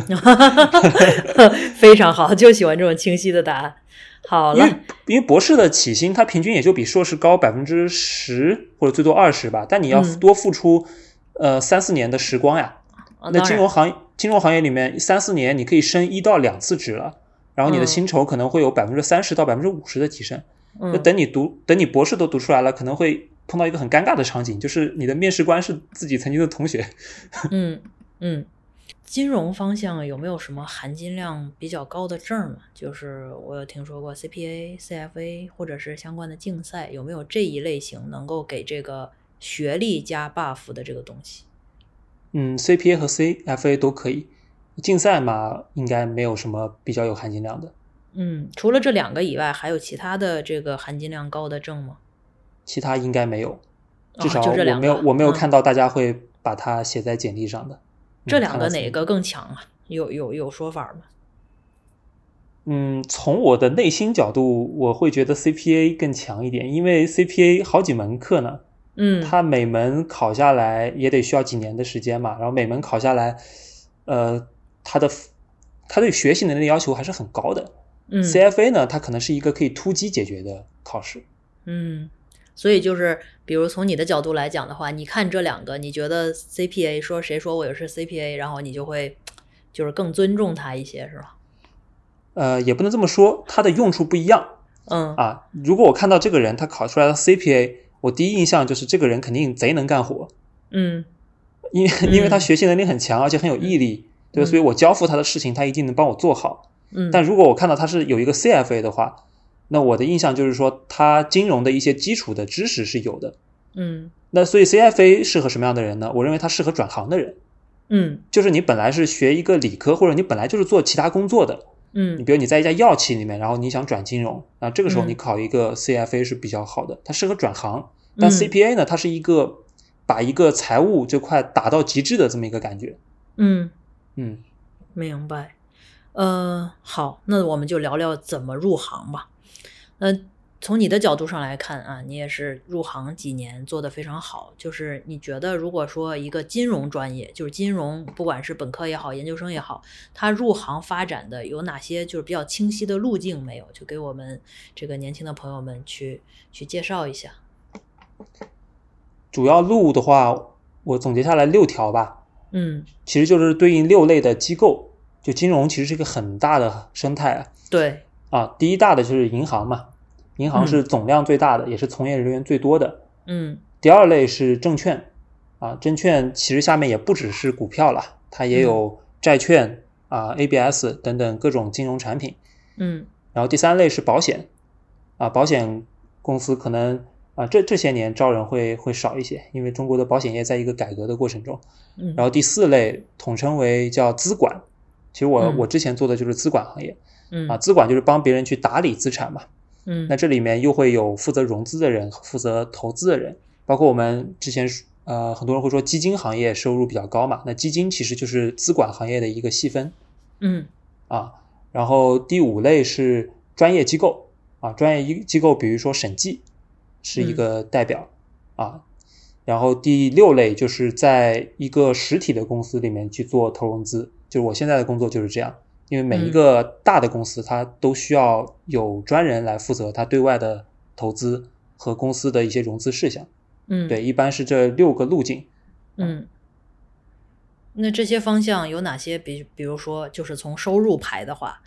非常好，就喜欢这种清晰的答案。好了， 因为因为博士的起薪，它平均也就比硕士高百分之十或者最多二十吧，但你要多付出、嗯、呃三四年的时光呀。 啊、 那金融行金融行业里面三四年你可以升一到两次职了，然后你的薪酬可能会有百分之三十到百分之五十的提升。 嗯、 那等你读等你博士都读出来了，可能会碰到一个很尴尬的场景，就是你的面试官是自己曾经的同学。 嗯嗯，金融方向有没有什么含金量比较高的证嘛？就是我有听说过 C P A、C F A 或者是相关的竞赛，有没有这一类型能够给这个学历加 buff 的这个东西？ 嗯 ，C P A 和 C F A 都可以，竞赛嘛，应该没有什么比较有含金量的。 嗯，除了这两个以外，还有其他的这个含金量高的证吗？ 其他应该没有，至少哦、就这我两个没有我没有嗯、 看到大家会把它写在简历上的。 这两个哪个更强啊？有有有说法吗？ 嗯，从我的内心角度，我会觉得 C P A 更强一点，因为 C P A 好几门课呢， 嗯， 它每门考下来也得需要几年的时间嘛，然后每门考下来，呃，它的它对学习能力要求还是很高的。 嗯 ，C F A 呢，它可能是一个可以突击解决的考试。 嗯，所以就是比如从你的角度来讲的话，你看这两个，你觉得 C P A 说谁说我也是 C P A， 然后你就会就是更尊重他一些，是吧？ 呃，也不能这么说，它的用处不一样。 嗯啊，如果我看到这个人他考出来的 C P A， 我第一印象就是这个人肯定贼能干活。 嗯， 因为因为他学习能力很强，而且很有毅力， 嗯、 对，所以我交付他的事情，他一定能帮我做好。 嗯， 但如果我看到他是有一个 C F A 的话，那我的印象就是说，他金融的一些基础的知识是有的。 嗯， 那所以 C F A 适合什么样的人呢？我认为他适合转行的人。 嗯， 就是你本来是学一个理科，或者你本来就是做其他工作的。 嗯， 你比如你在一家药企里面，然后你想转金融，那这个时候你考一个 C F A 是比较好的，它适合转行。但 C P A 呢，它是一个把一个财务这块打到极致的这么一个感觉。 嗯嗯， 明白。呃，好，那我们就聊聊怎么入行吧。那从你的角度上来看啊，你也是入行几年做得非常好，就是你觉得如果说一个金融专业，就是金融不管是本科也好研究生也好，它入行发展的有哪些就是比较清晰的路径没有，就给我们这个年轻的朋友们去去介绍一下。 主要路的话我总结下来六条吧。 嗯， 其实就是对应六类的机构，就金融其实是一个很大的生态啊。 对啊，第一大的就是银行嘛，银行是总量最大的，嗯、也是从业人员最多的。 嗯， 第二类是证券，啊，证券其实下面也不只是股票了，它也有债券、嗯、啊 A B S 等等各种金融产品。 嗯， 然后第三类是保险，啊，保险公司可能啊这这些年招人会会少一些，因为中国的保险业在一个改革的过程中。 嗯， 然后第四类统称为叫资管，其实我、 嗯、 我之前做的就是资管行业。 嗯， 啊，资管就是帮别人去打理资产嘛。 嗯， 那这里面又会有负责融资的人，负责投资的人，包括我们之前呃很多人会说基金行业收入比较高嘛，那基金其实就是资管行业的一个细分。 嗯， 啊，然后第五类是专业机构啊，专业机构比如说审计是一个代表、嗯、啊，然后第六类就是在一个实体的公司里面去做投融资，就是我现在的工作就是这样。因为每一个大的公司它都需要有专人来负责它对外的投资和公司的一些融资事项。 嗯， 对，一般是这六个路径。 嗯，那这些方向有哪些比比如说就是从收入排的话，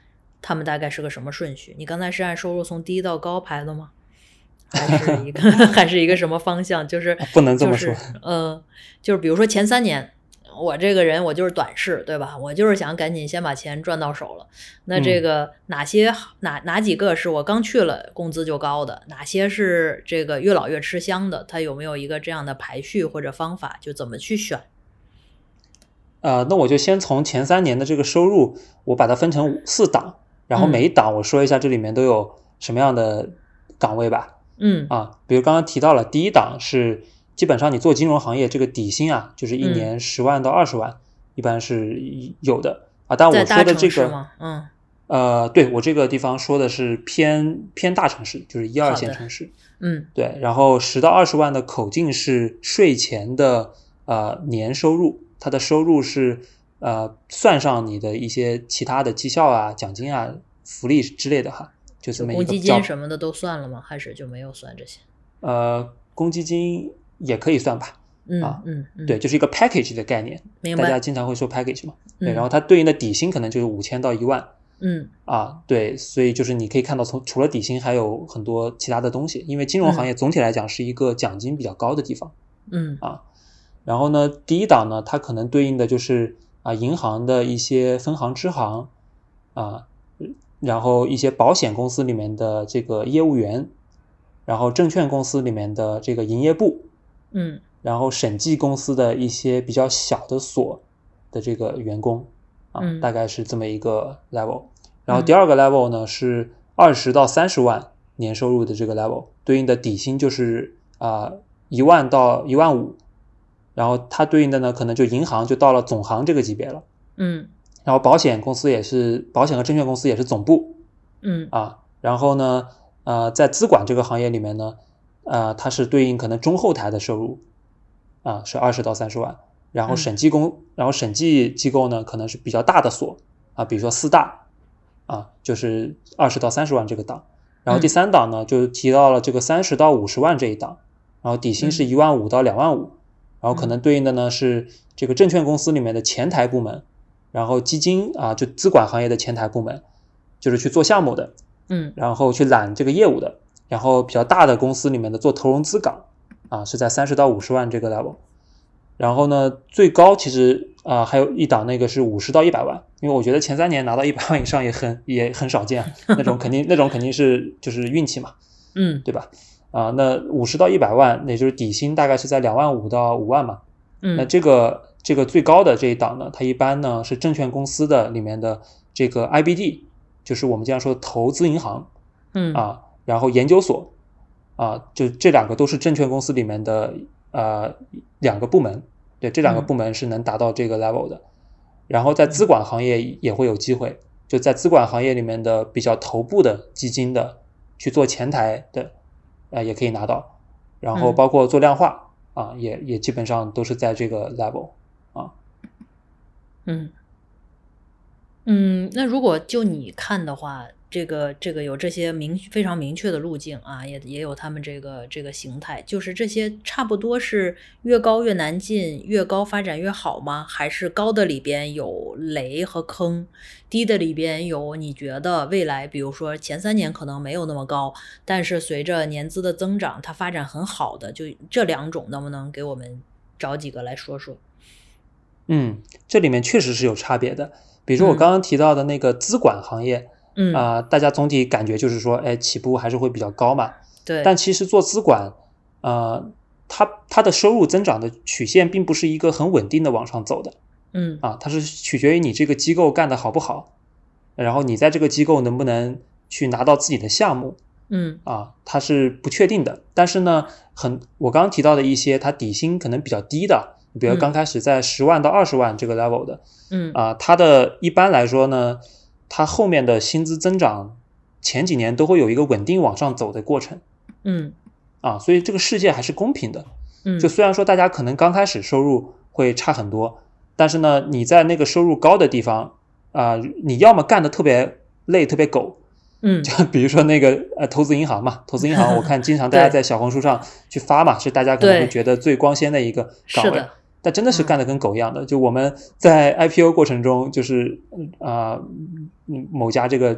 他们大概是个什么顺序？你刚才是按收入从低到高排的吗？还是一个还是一个什么方向？就是不能这么说， 就是呃，就是比如说前三年，我这个人我就是短视，对吧？我就是想赶紧先把钱赚到手了。那这个哪些、嗯、哪哪几个是我刚去了工资就高的？哪些是这个越老越吃香的？它有没有一个这样的排序或者方法？就怎么去选？ 呃，那我就先从前三年的这个收入，我把它分成四档，然后每一档我说一下这里面都有什么样的岗位吧。 嗯啊，比如刚刚提到了第一档是基本上你做金融行业这个底薪啊，就是一年十万到二十万、嗯，一般是有的啊。但我说的这个， 嗯， 呃，对我这个地方说的是偏偏大城市，就是一二线城市。 嗯， 对，然后十到二十万的口径是税前的呃年收入，它的收入是呃算上你的一些其他的绩效啊、奖金啊、福利之类的哈。就这么一个公积金什么的都算了吗？还是就没有算这些？ 呃，公积金也可以算吧。 嗯啊， 嗯嗯， 对，就是一个 package 的概念。 明白。 大家经常会说 package 嘛。 嗯、 对，然后它对应的底薪可能就是五千到一万。 嗯。 啊，对，所以就是你可以看到，从除了底薪还有很多其他的东西，因为金融行业总体来讲是一个奖金比较高的地方。 嗯。 啊，然后呢，第一档呢，它可能对应的就是啊银行的一些分行支行啊。然后一些保险公司里面的这个业务员，然后证券公司里面的这个营业部， 嗯， 然后审计公司的一些比较小的所的这个员工啊、 嗯， 大概是这么一个 level。然后第二个 level 呢、嗯、是二十到三十万年收入的这个 level， 对应的底薪就是啊一万到一万五，然后它对应的呢可能就银行就到了总行这个级别了。 嗯。 然后保险公司也是，保险和证券公司也是总部， 嗯啊，然后呢，呃，在资管这个行业里面呢，呃，它是对应可能中后台的收入，啊，是二十到三十万，然后审计公， 嗯、 然后审计机构呢，可能是比较大的所，啊，比如说四大，啊，就是二十到三十万这个档，然后第三档呢，就提到了这个三十到五十万这一档，然后底薪是一万五到两万五，然后可能对应的呢是这个证券公司里面的前台部门。然后基金啊，就资管行业的前台部门，就是去做项目的， 嗯， 然后去揽这个业务的，然后比较大的公司里面的做投融资岗，啊，是在三十到五十万这个 level， 然后呢，最高其实啊还有一档那个是五十到一百万，因为我觉得前三年拿到一百万以上也很也很少见，那种肯定那种肯定是就是运气嘛， 嗯， 对吧？啊，那五十到一百万，那就是底薪大概是在两万五到五万嘛， 嗯， 那这个。这个最高的这一档呢，它一般呢是证券公司的里面的这个 I B D， 就是我们经常说的投资银行， 嗯啊，然后研究所，啊，就这两个都是证券公司里面的呃两个部门，对，这两个部门是能达到这个 level 的。然后在资管行业也会有机会，就在资管行业里面的比较头部的基金的去做前台的，呃，也可以拿到。然后包括做量化啊，也也基本上都是在这个 level。啊， 嗯，嗯，那如果就你看的话，这个这个有这些明非常明确的路径啊，也也有他们这个这个形态，就是这些差不多是越高越难进，越高发展越好吗？还是高的里边有雷和坑，低的里边有你觉得未来，比如说前三年可能没有那么高，但是随着年资的增长，它发展很好的，就这两种，能不能给我们找几个来说说？ 嗯，这里面确实是有差别的。比如说我刚刚提到的那个资管行业， 嗯啊、呃，大家总体感觉就是说，哎，起步还是会比较高嘛。 对。 但其实做资管，呃，它它的收入增长的曲线并不是一个很稳定的往上走的。 嗯。 啊，它是取决于你这个机构干得好不好，然后你在这个机构能不能去拿到自己的项目。 嗯。 啊，它是不确定的。但是呢，很我刚刚提到的一些，它底薪可能比较低的。比如刚开始在十万到二十万这个 level 的， 嗯啊，它的一般来说呢，它后面的薪资增长前几年都会有一个稳定往上走的过程， 嗯， 啊，所以这个世界还是公平的， 嗯， 就虽然说大家可能刚开始收入会差很多，但是呢，你在那个收入高的地方，啊，你要么干得特别累特别狗。 嗯， 就比如说那个呃投资银行嘛，投资银行我看经常大家在小红书上去发嘛，是大家可能会觉得最光鲜的一个岗位。但真的是干得跟狗一样的，嗯、就我们在 I P O 过程中，就是啊、呃，某家这个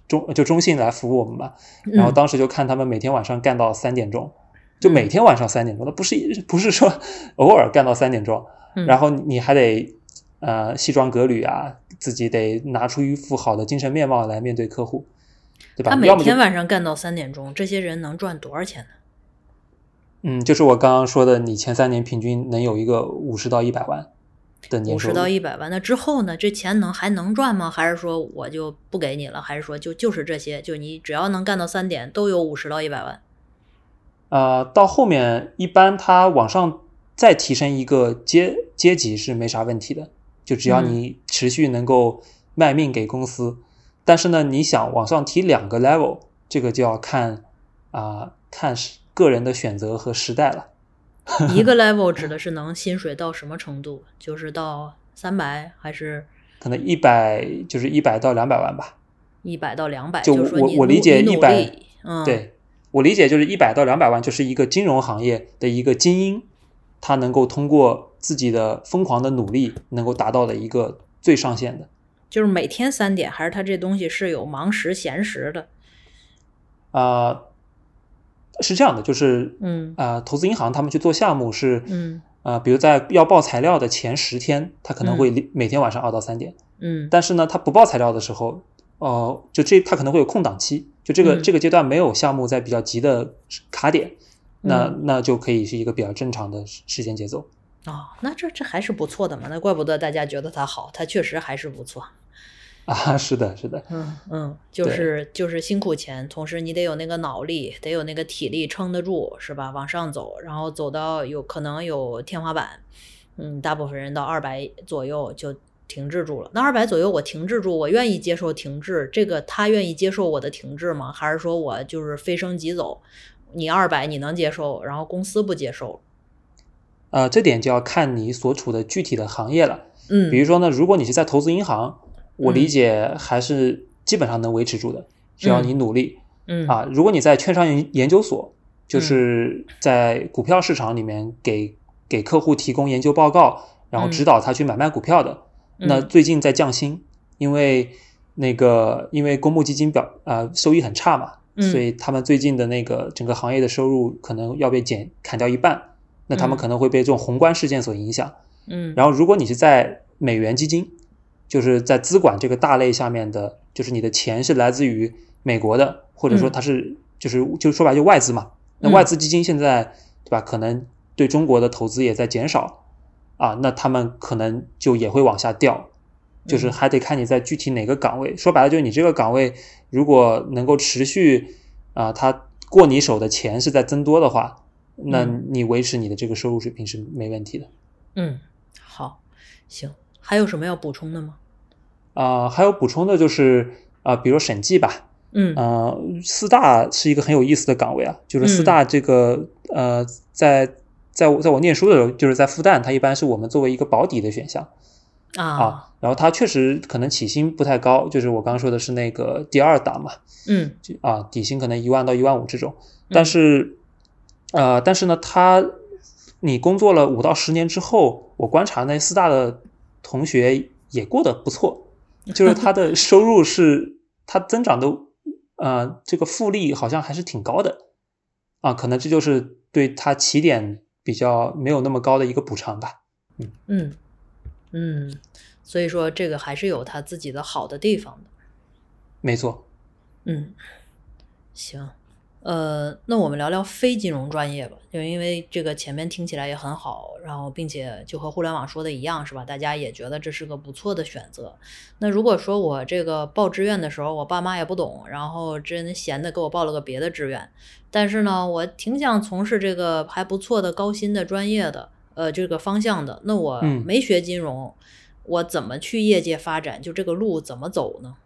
中就中信来服务我们嘛，然后当时就看他们每天晚上干到三点钟，就每天晚上三点钟，那不是不是说偶尔干到三点钟，然后你还得呃西装革履啊，自己得拿出一副好的精神面貌来面对客户，对吧？ 他每天晚上干到三点钟，这些人能赚多少钱呢？ 嗯，就是我刚刚说的，你前三年平均能有一个五十到一百万的年收入。 五十到一百万，那之后呢？这钱能还能赚吗？还是说我就不给你了？还是说就就是这些？就你只要能干到三点，都有五十到一百万。 呃，到后面一般他往上再提升一个阶阶级是没啥问题的，就只要你持续能够卖命给公司。嗯、但是呢，你想往上提两个 level， 这个就要看啊、呃、看个人的选择和时代了。 一个 level 指的是能薪水到什么程度？就是到三百还是？ 可能一百就是一百到两百万吧。 一百到两百， 就就是说你我我理解一百， 嗯， 对，我理解就是一百到两百万，就是一个金融行业的一个精英，他能够通过自己的疯狂的努力，能够达到的一个最上限的。 就是每天三点，还是他这东西是有忙时闲时的？ 啊、呃。是这样的，就是嗯啊、呃，投资银行他们去做项目是嗯啊、呃，比如在要报材料的前十天，他可能会每天晚上二到三点， 嗯， 但是呢，他不报材料的时候，哦、呃，就这他可能会有空档期，就这个、 嗯、 这个阶段没有项目在比较急的卡点，那、 嗯、 那就可以是一个比较正常的时间节奏。 哦，那这这还是不错的嘛，那怪不得大家觉得它好，它确实还是不错。 啊，是的，是的， 嗯嗯，就是就是辛苦钱，同时你得有那个脑力，得有那个体力撑得住，是吧？往上走，然后走到有可能有天花板，嗯，大部分人到二百左右就停滞住了。那二百左右我停滞住，我愿意接受停滞，这个他愿意接受我的停滞吗？还是说我就是飞升急走？你二百你能接受，然后公司不接受？ 呃，这点就要看你所处的具体的行业了。 嗯， 比如说呢，如果你是在投资银行。我理解还是基本上能维持住的，只要你努力。 嗯啊，如果你在券商研究所，就是在股票市场里面给给客户提供研究报告，然后指导他去买卖股票的， 嗯、 那最近在降薪，因为那个因为公募基金表啊、呃、收益很差嘛， 嗯、 所以他们最近的那个整个行业的收入可能要被减砍掉一半，那他们可能会被这种宏观事件所影响。 嗯， 然后如果你是在美元基金。就是在资管这个大类下面的，就是你的钱是来自于美国的，或者说它是、嗯、就是就说白就外资嘛。那外资基金现在、嗯、对吧？可能对中国的投资也在减少啊，那他们可能就也会往下掉。就是还得看你在具体哪个岗位。嗯、说白了，就是你这个岗位如果能够持续啊，它过你手的钱是在增多的话，那你维持你的这个收入水平是没问题的。 嗯，好，行。还有什么要补充的吗？ 啊、呃，还有补充的就是啊、呃，比如审计吧， 嗯， 呃，四大是一个很有意思的岗位啊，就是四大这个、嗯、呃，在在我在我念书的时候，就是在复旦，它一般是我们作为一个保底的选项啊, 啊，然后它确实可能起薪不太高，就是我刚刚说的是那个第二档嘛， 嗯， 啊，底薪可能一万到一万五这种，但是、嗯、呃，但是呢，它你工作了五到十年之后，我观察那四大的同学也过得不错，就是他的收入是他增长的呃这个复利好像还是挺高的啊，可能这就是对他起点比较没有那么高的一个补偿吧。嗯嗯嗯，所以说这个还是有他自己的好的地方的。 没错。 嗯，行。呃，那我们聊聊非金融专业吧，就因为这个前面听起来也很好，然后并且就和互联网说的一样，是吧？大家也觉得这是个不错的选择。那如果说我这个报志愿的时候，我爸妈也不懂，然后真闲的给我报了个别的志愿，但是呢，我挺想从事这个还不错的高薪的专业的，呃，这个方向的。那我没学金融，嗯、我怎么去业界发展？就这个路怎么走呢？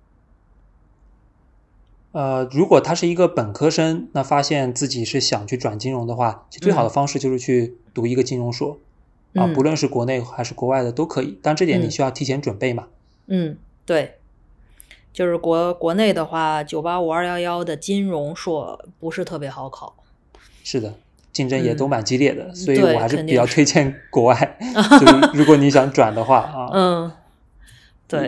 呃，如果他是一个本科生，那发现自己是想去转金融的话，其实最好的方式就是去读一个金融硕、嗯、啊，不论是国内还是国外的都可以，但这点你需要提前准备嘛。 嗯，对，就是国国内的话，九八五二幺幺的金融硕不是特别好考。 是的，竞争也都蛮激烈的， 嗯、 所以我还是比较推荐国外。 是就是如果你想转的话啊， 嗯，对。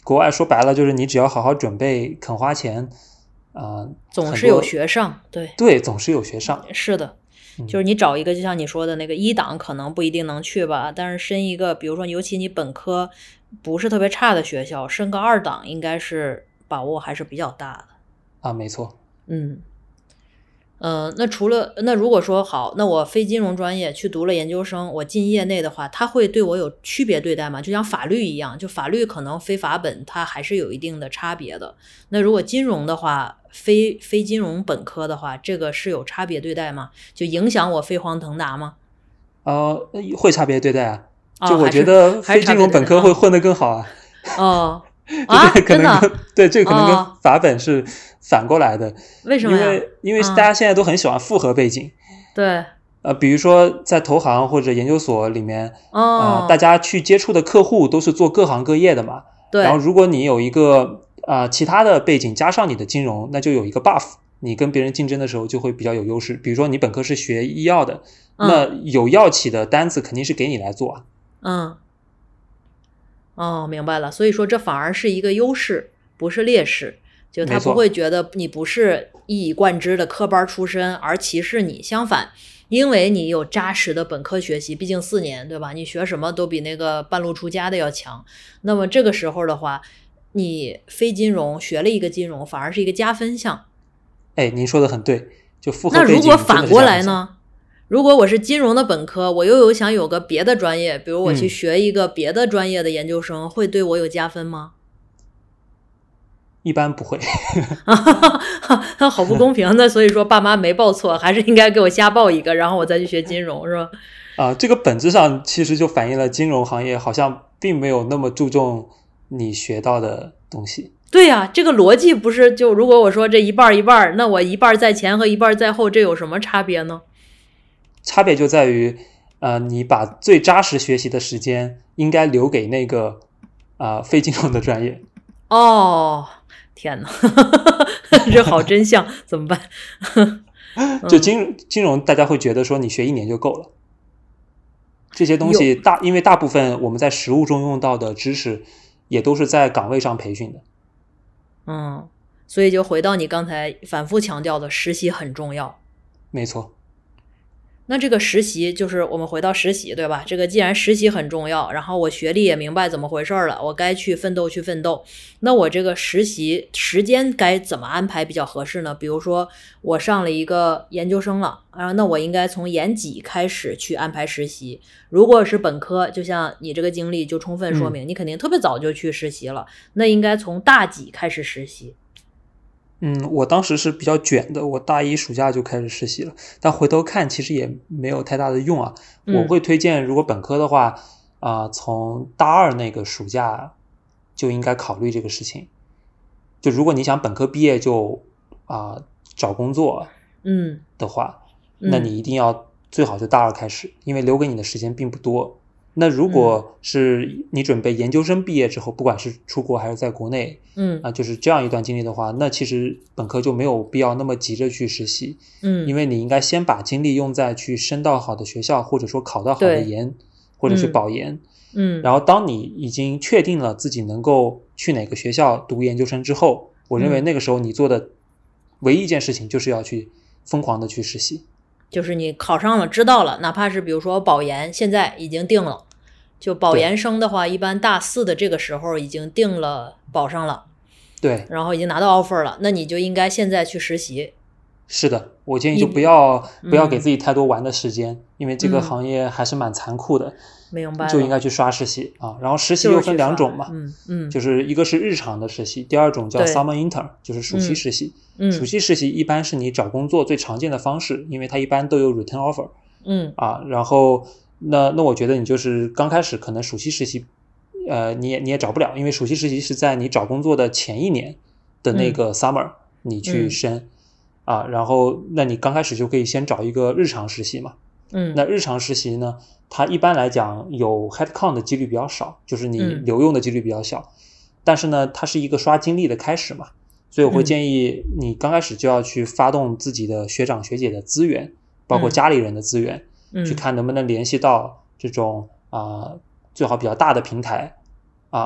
国外说白了就是你只要好好准备，肯花钱，啊、呃， 总是有学上，对对，总是有学上， 是的。就是你找一个就像你说的那个一档可能不一定能去吧，但是申一个比如说尤其你本科不是特别差的学校，申个二档应该是把握还是比较大的啊，没错。 嗯呃，那除了那如果说好，那我非金融专业去读了研究生，我进业内的话，它会对我有区别对待吗？就像法律一样，就法律可能非法本它还是有一定的差别的。那如果金融的话，非非金融本科的话，这个是有差别对待吗？就影响我飞黄腾达吗？ 呃，会差别对待啊。 哦、 就我觉得非金融本科会混得更好啊。 哦。啊， 可能跟对这个可能跟法本是反过来的。 为什么呀？ 因为因为大家现在都很喜欢复合背景。 对。 呃，比如说在投行或者研究所里面， 哦， 呃，大家去接触的客户都是做各行各业的嘛。 对。 然后如果你有一个呃其他的背景加上你的金融，那就有一个 buff， 你跟别人竞争的时候就会比较有优势。比如说你本科是学医药的， 嗯、 那有药企的单子肯定是给你来做啊。 嗯。哦，明白了。所以说这反而是一个优势，不是劣势。就他不会觉得你不是一以贯之的科班出身而歧视你，相反，因为你有扎实的本科学习，毕竟四年，对吧？你学什么都比那个半路出家的要强。那么这个时候的话，你非金融学了一个金融，反而是一个加分项。 哎，您说的很对，就复合背景。 那如果反过来呢？如果我是金融的本科，我又有想有个别的专业，比如我去学一个别的专业的研究生，嗯、会对我有加分吗？ 一般不会。 好不公平的，所以说爸妈没报错，还是应该给我瞎报一个，然后我再去学金融，是吧？ 啊，这个本质上其实就反映了金融行业好像并没有那么注重你学到的东西。 对呀、啊，这个逻辑不是就如果我说这一半一半，那我一半在前和一半在后，这有什么差别呢？ 差别就在于，呃，你把最扎实学习的时间应该留给那个啊、呃、非金融的专业。 哦，天哪，这好真相，怎么办？ 就金金融，大家会觉得说你学一年就够了。这些东西大，因为大部分我们在实务中用到的知识，也都是在岗位上培训的。 嗯，所以就回到你刚才反复强调的，实习很重要。 没错。 那这个实习就是我们回到实习，对吧？这个既然实习很重要，然后我学历也明白怎么回事了，我该去奋斗去奋斗。那我这个实习时间该怎么安排比较合适呢？比如说我上了一个研究生了，啊，那我应该从研几开始去安排实习。如果是本科，就像你这个经历就充分说明，嗯、你肯定特别早就去实习了，那应该从大几开始实习？ 嗯，我当时是比较卷的，我大一暑假就开始实习了，但回头看其实也没有太大的用啊。 嗯、 我会推荐，如果本科的话，啊、呃，从大二那个暑假就应该考虑这个事情。就如果你想本科毕业就啊、呃、找工作， 嗯的话，嗯、那你一定要最好就大二开始，因为留给你的时间并不多。那如果是你准备研究生毕业之后，不管是出国还是在国内， 嗯啊，就是这样一段经历的话，那其实本科就没有必要那么急着去实习， 嗯， 因为你应该先把精力用在去升到好的学校，或者说考到好的研，或者是保研， 嗯， 然后当你已经确定了自己能够去哪个学校读研究生之后，我认为那个时候你做的唯一一件事情就是要去疯狂的去实习。 就是你考上了知道了，哪怕是比如说保研现在已经定了，就保研生的话一般大四的这个时候已经定了保上了， 对， 然后已经拿到 offer 了，那你就应该现在去实习。 是的，我建议就不要嗯、 不要给自己太多玩的时间，因为这个行业还是蛮残酷的， 明白了， 就应该去刷实习啊。然后实习又分两种嘛， 嗯嗯， 就是一个是日常的实习，第二种叫 summer intern， 就是暑期实习。 嗯， 暑期实习一般是你找工作最常见的方式，因为它一般都有 return offer。 嗯啊，然后那那我觉得你就是刚开始可能暑期实习，呃，你也你也找不了，因为暑期实习是在你找工作的前一年的那个 summer、嗯、你去申。嗯啊，然后那你刚开始就可以先找一个日常实习嘛。 嗯， 那日常实习呢，它一般来讲有 headcount 的几率比较少，就是你留用的几率比较小。嗯、但是呢，它是一个刷精力的开始嘛，所以我会建议你刚开始就要去发动自己的学长学姐的资源，包括家里人的资源， 嗯、 去看能不能联系到这种啊、呃、最好比较大的平台啊。 嗯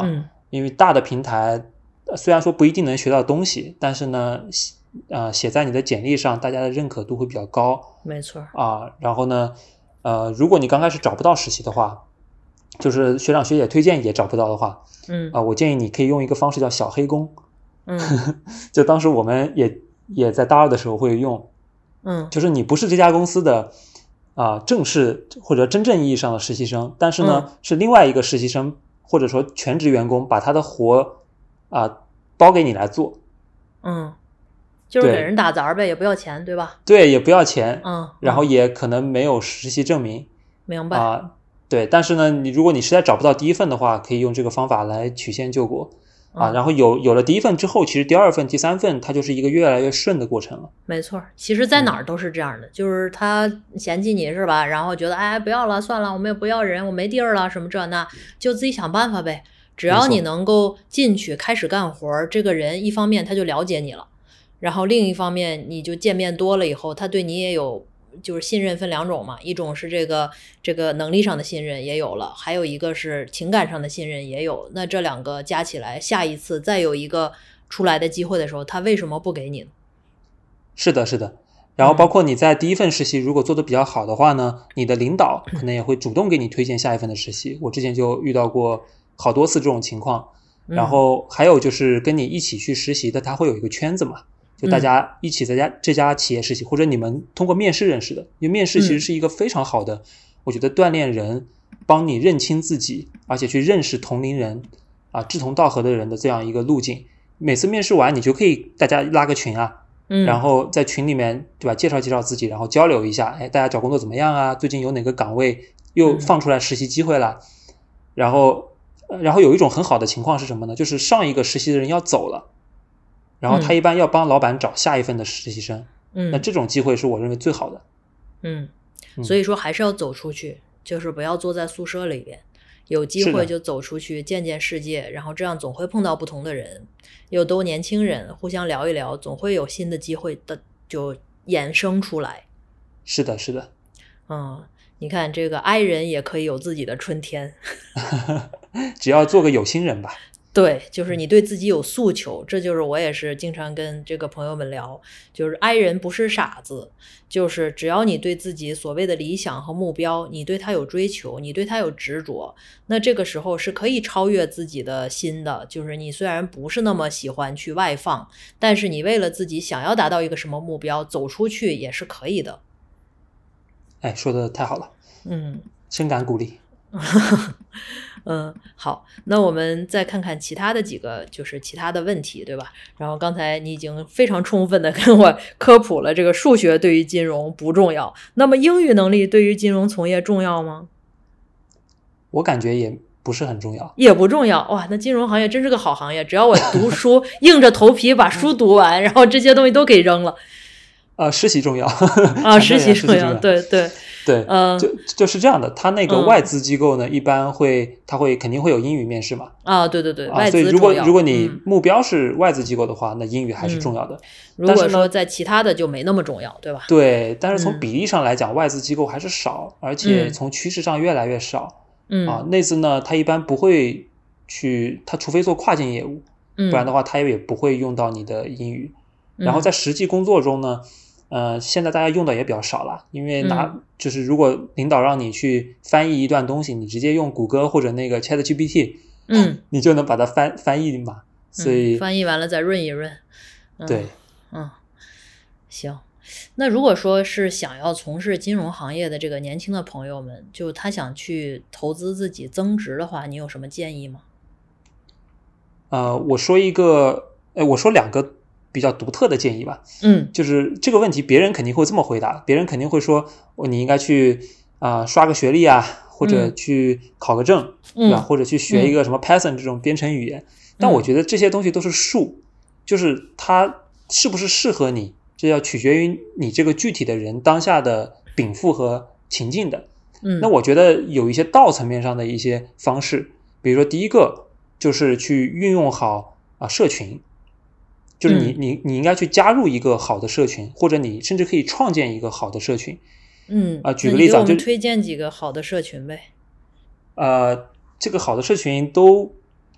因为大的平台虽然说不一定能学到东西，但是呢，呃，写在你的简历上，大家的认可度会比较高。 没错啊。然后呢，呃，如果你刚开始找不到实习的话，就是学长学姐推荐也找不到的话， 嗯啊，我建议你可以用一个方式叫小黑工。 嗯就当时我们也也在大二的时候会用， 嗯， 就是你不是这家公司的啊、呃、正式或者真正意义上的实习生，但是呢、 嗯、 是另外一个实习生或者说全职员工把他的活啊、呃、包给你来做。 嗯，就是给人打杂呗，也不要钱，对吧？ 对，也不要钱， 嗯， 然后也可能没有实习证明。 明白啊、呃，对，但是呢，你如果你实在找不到第一份的话，可以用这个方法来曲线救国。啊，然后有有了第一份之后，其实第二份、第三份，它就是一个越来越顺的过程了。 没错，其实在哪儿都是这样的，嗯、就是他嫌弃你是吧？然后觉得哎不要了，算了，我们也不要人，我没地儿了，什么这那，就自己想办法呗。只要你能够进去开始干活，这个人一方面他就了解你了，然后另一方面你就见面多了以后，他对你也有。就是信任分两种嘛，一种是这个这个能力上的信任也有了，还有一个是情感上的信任也有。那这两个加起来，下一次再有一个出来的机会的时候，他为什么不给你呢？ 是的，是的。然后包括你在第一份实习如果做得比较好的话呢，你的领导可能也会主动给你推荐下一份的实习。我之前就遇到过好多次这种情况。然后还有就是跟你一起去实习的，他会有一个圈子嘛。就大家一起在家、嗯、这家企业实习，或者你们通过面试认识的，因为面试其实是一个非常好的、嗯、我觉得锻炼人帮你认清自己，而且去认识同龄人啊志同道合的人的这样一个路径。每次面试完你就可以大家拉个群啊，嗯，然后在群里面对吧介绍介绍自己，然后交流一下，哎，大家找工作怎么样啊，最近有哪个岗位又放出来实习机会了、嗯、然后然后有一种很好的情况是什么呢，就是上一个实习的人要走了，然后他一般要帮老板找下一份的实习生，嗯，那这种机会是我认为最好的。 嗯，所以说还是要走出去，就是不要坐在宿舍里边，有机会就走出去见见世界，然后这样总会碰到不同的人，又都年轻人，互相聊一聊，总会有新的机会的就衍生出来。 是的，是的。 嗯，你看这个 I 人也可以有自己的春天， 只要做个有心人吧。 对，就是你对自己有诉求，这就是我也是经常跟这个朋友们聊，就是 I 人不是傻子，就是只要你对自己所谓的理想和目标，你对他有追求，你对他有执着，那这个时候是可以超越自己的心的。就是你虽然不是那么喜欢去外放，但是你为了自己想要达到一个什么目标，走出去也是可以的。 哎，说的太好了， 嗯， 深感鼓励。 嗯，好，那我们再看看其他的几个，就是其他的问题，对吧？然后刚才你已经非常充分的跟我科普了，这个数学对于金融不重要，那么英语能力对于金融从业重要吗？ 我感觉也不是很重要， 也不重要。哇，那金融行业真是个好行业，只要我读书硬着头皮把书读完，然后这些东西都给扔了。 呃，实习重要啊，实习重要，对对对， 呃， 就就是这样的。他那个外资机构呢，嗯、一般会，他会肯定会有英语面试嘛。 啊，对对对， 啊、 外资所以如果重要如果你目标是外资机构的话，嗯、那英语还是重要的。 嗯、如果说在其他的就没那么重要，对吧？ 对，但是从比例上来讲，嗯、外资机构还是少，而且嗯从趋势上越来越少。 嗯啊，内资呢，它一般不会去，它除非做跨境业务， 嗯、 不然的话，它也不会用到你的英语。嗯、然后在实际工作中呢。呃，现在大家用的也比较少了，因为拿、嗯、就是如果领导让你去翻译一段东西，你直接用谷歌或者那个 ChatGPT， 嗯， 你就能把它翻翻译嘛。所以、 嗯、翻译完了再润一润。嗯、 对， 嗯，行。那如果说是想要从事金融行业的这个年轻的朋友们，就他想去投资自己增值的话，你有什么建议吗？ 呃，我说一个，呃，我说两个。比较独特的建议吧， 嗯， 就是这个问题别人肯定会这么回答，别人肯定会说，哦、你应该去啊、呃、刷个学历啊，或者去考个证， 嗯、 对吧？或者去学一个什么 Python 这种编程语言。嗯、但我觉得这些东西都是术，就是它是不是适合你，这要取决于你这个具体的人当下的禀赋和情境的。 嗯， 那我觉得有一些道层面上的一些方式，比如说第一个就是去运用好啊社群。就是你你你应该去加入一个好的社群，或者你甚至可以创建一个好的社群。 嗯啊、 呃，举个例子啊， 就推荐几个好的社群呗。 呃，这个好的社群都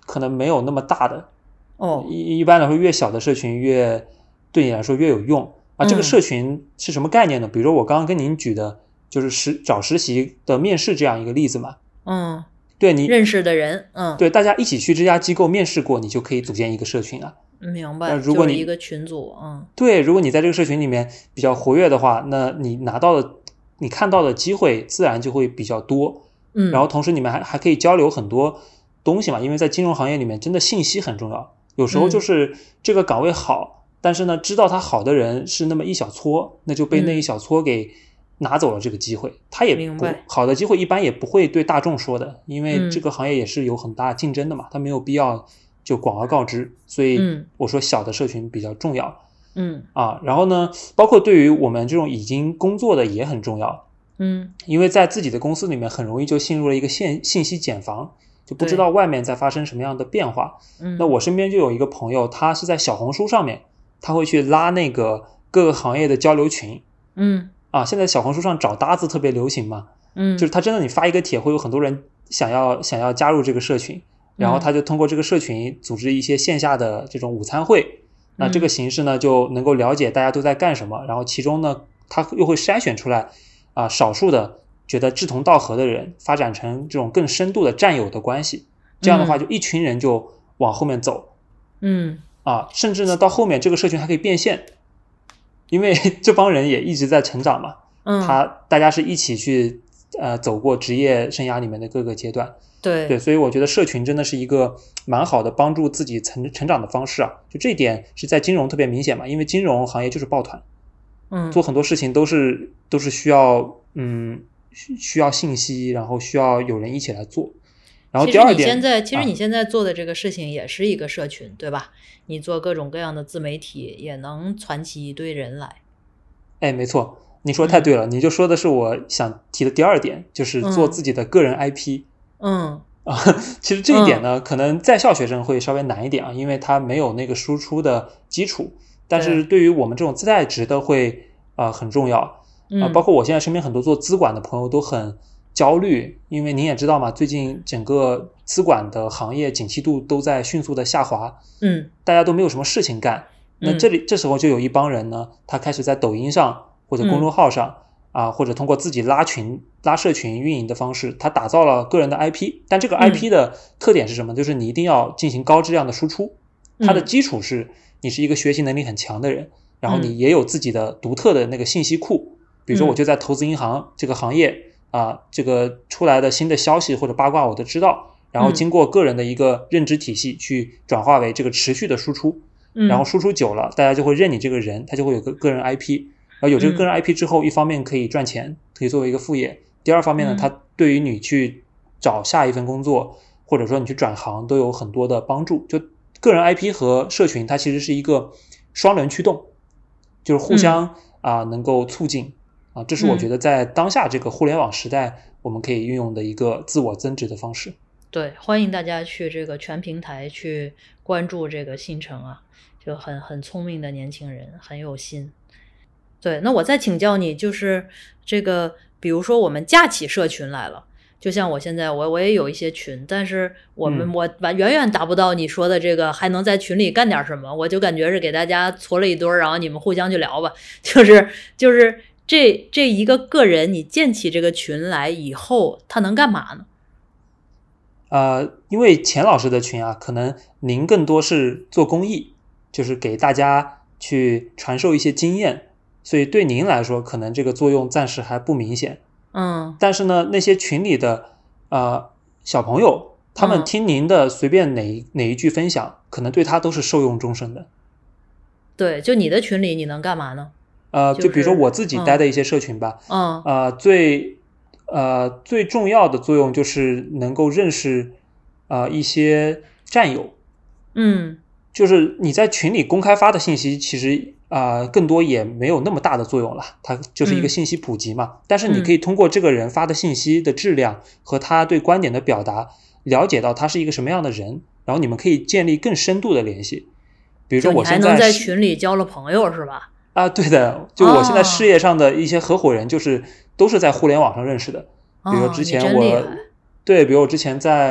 可能没有那么大的。 哦， 一一般来说，越小的社群越对你来说越有用啊。这个社群是什么概念呢？比如说我刚刚跟您举的就是实找实习的面试这样一个例子嘛。 嗯， 对，你认识的人，嗯， 对，大家一起去这家机构面试过，你就可以组建一个社群啊。 明白。 如果你、 就是一个群组，嗯， 对，如果你在这个社群里面比较活跃的话，那你拿到的、你看到的机会自然就会比较多。 嗯， 然后同时你们还还可以交流很多东西嘛，因为在金融行业里面，真的信息很重要。有时候就是这个岗位好，嗯、但是呢，知道它好的人是那么一小撮，那就被那一小撮给拿走了这个机会。他也不好的机会一般也不会对大众说的，因为这个行业也是有很大竞争的嘛，他没有必要就广而告之。所以我说小的社群比较重要。 嗯啊，然后呢，包括对于我们这种已经工作的也很重要。 嗯， 因为在自己的公司里面很容易就陷入了一个信信息茧房，就不知道外面在发生什么样的变化。 嗯， 那我身边就有一个朋友，他是在小红书上面，他会去拉那个各个行业的交流群。 嗯， 啊，现在小红书上找搭子特别流行嘛。 嗯， 就是他真的你发一个帖，会有很多人想要想要加入这个社群，然后他就通过这个社群组织一些线下的这种午餐会。那这个形式呢，就能够了解大家都在干什么，然后其中呢，他又会筛选出来啊，少数的觉得志同道合的人，发展成这种更深度的战友的关系。这样的话，就一群人就往后面走。 嗯， 啊，甚至呢，到后面这个社群还可以变现，因为这帮人也一直在成长嘛。 嗯， 他大家是一起去呃走过职业生涯里面的各个阶段。 对对，所以我觉得社群真的是一个蛮好的帮助自己成成长的方式啊。就这一点是在金融特别明显嘛，因为金融行业就是抱团， 嗯， 做很多事情都是都是需要嗯需要信息，然后需要有人一起来做。然后第二点， 其实你现在其实你现在做的这个事情也是一个社群，啊、对吧？你做各种各样的自媒体，也能传起一堆人来。 哎，没错，你说太对了，嗯、你就说的是我想提的第二点，就是做自己的个人 I P。 嗯啊，其实这一点呢，嗯、可能在校学生会稍微难一点啊，因为他没有那个输出的基础。但是对于我们这种在职的会啊、呃、很重要啊、呃，包括我现在身边很多做资管的朋友都很焦虑，因为您也知道嘛，最近整个资管的行业景气度都在迅速的下滑， 嗯， 大家都没有什么事情干。那这里这时候就有一帮人呢，他开始在抖音上或者公众号上。嗯啊，或者通过自己拉群、拉社群运营的方式，他打造了个人的 I P。但这个 I P 的特点是什么？嗯、就是你一定要进行高质量的输出。它的基础是你是一个学习能力很强的人，然后你也有自己的独特的那个信息库。比如说，我就在投资银行这个行业啊，这个出来的新的消息或者八卦我都知道，然后经过个人的一个认知体系去转化为这个持续的输出，然后输出久了，大家就会认你这个人，他就会有个个人 I P。然后有这个个人 I P 之后，一方面可以赚钱，可以作为一个副业；第二方面呢，它对于你去找下一份工作，或者说你去转行，都有很多的帮助。就个人 I P 和社群，它其实是一个双轮驱动，就是互相啊、呃、能够促进啊。这是我觉得在当下这个互联网时代，我们可以运用的一个自我增值的方式。 对，欢迎大家去这个全平台去关注这个新城啊，就很很聪明的年轻人，很有心。对，那我再请教你，就是这个，比如说我们架起社群来了，就像我现在我我也有一些群，但是我们、嗯、我远远达不到你说的这个还能在群里干点什么，我就感觉是给大家撮了一堆，然后你们互相去聊吧，就是就是这这一个个人你建起这个群来以后，他能干嘛呢？ 呃，因为钱老师的群啊，可能您更多是做公益，就是给大家去传授一些经验。所以对您来说，可能这个作用暂时还不明显。 嗯， 但是呢，那些群里的呃小朋友，他们听您的随便哪一、嗯、哪一句分享，可能对他都是受用终身的。 对，就你的群里你能干嘛呢？ 呃， 就是、 就比如说我自己待的一些社群吧。 嗯。 呃，最呃最重要的作用就是能够认识呃一些战友。 嗯。 就是你在群里公开发的信息，其实啊、呃，更多也没有那么大的作用了，它就是一个信息普及嘛。嗯、但是你可以通过这个人发的信息的质量和他对观点的表达，了解到他是一个什么样的人，然后你们可以建立更深度的联系。比如说我现在你还能在群里交了朋友是吧？ 啊，对的，就我现在事业上的一些合伙人，就是、哦、都是在互联网上认识的。比如说之前我， 哦、 对，比如我之前在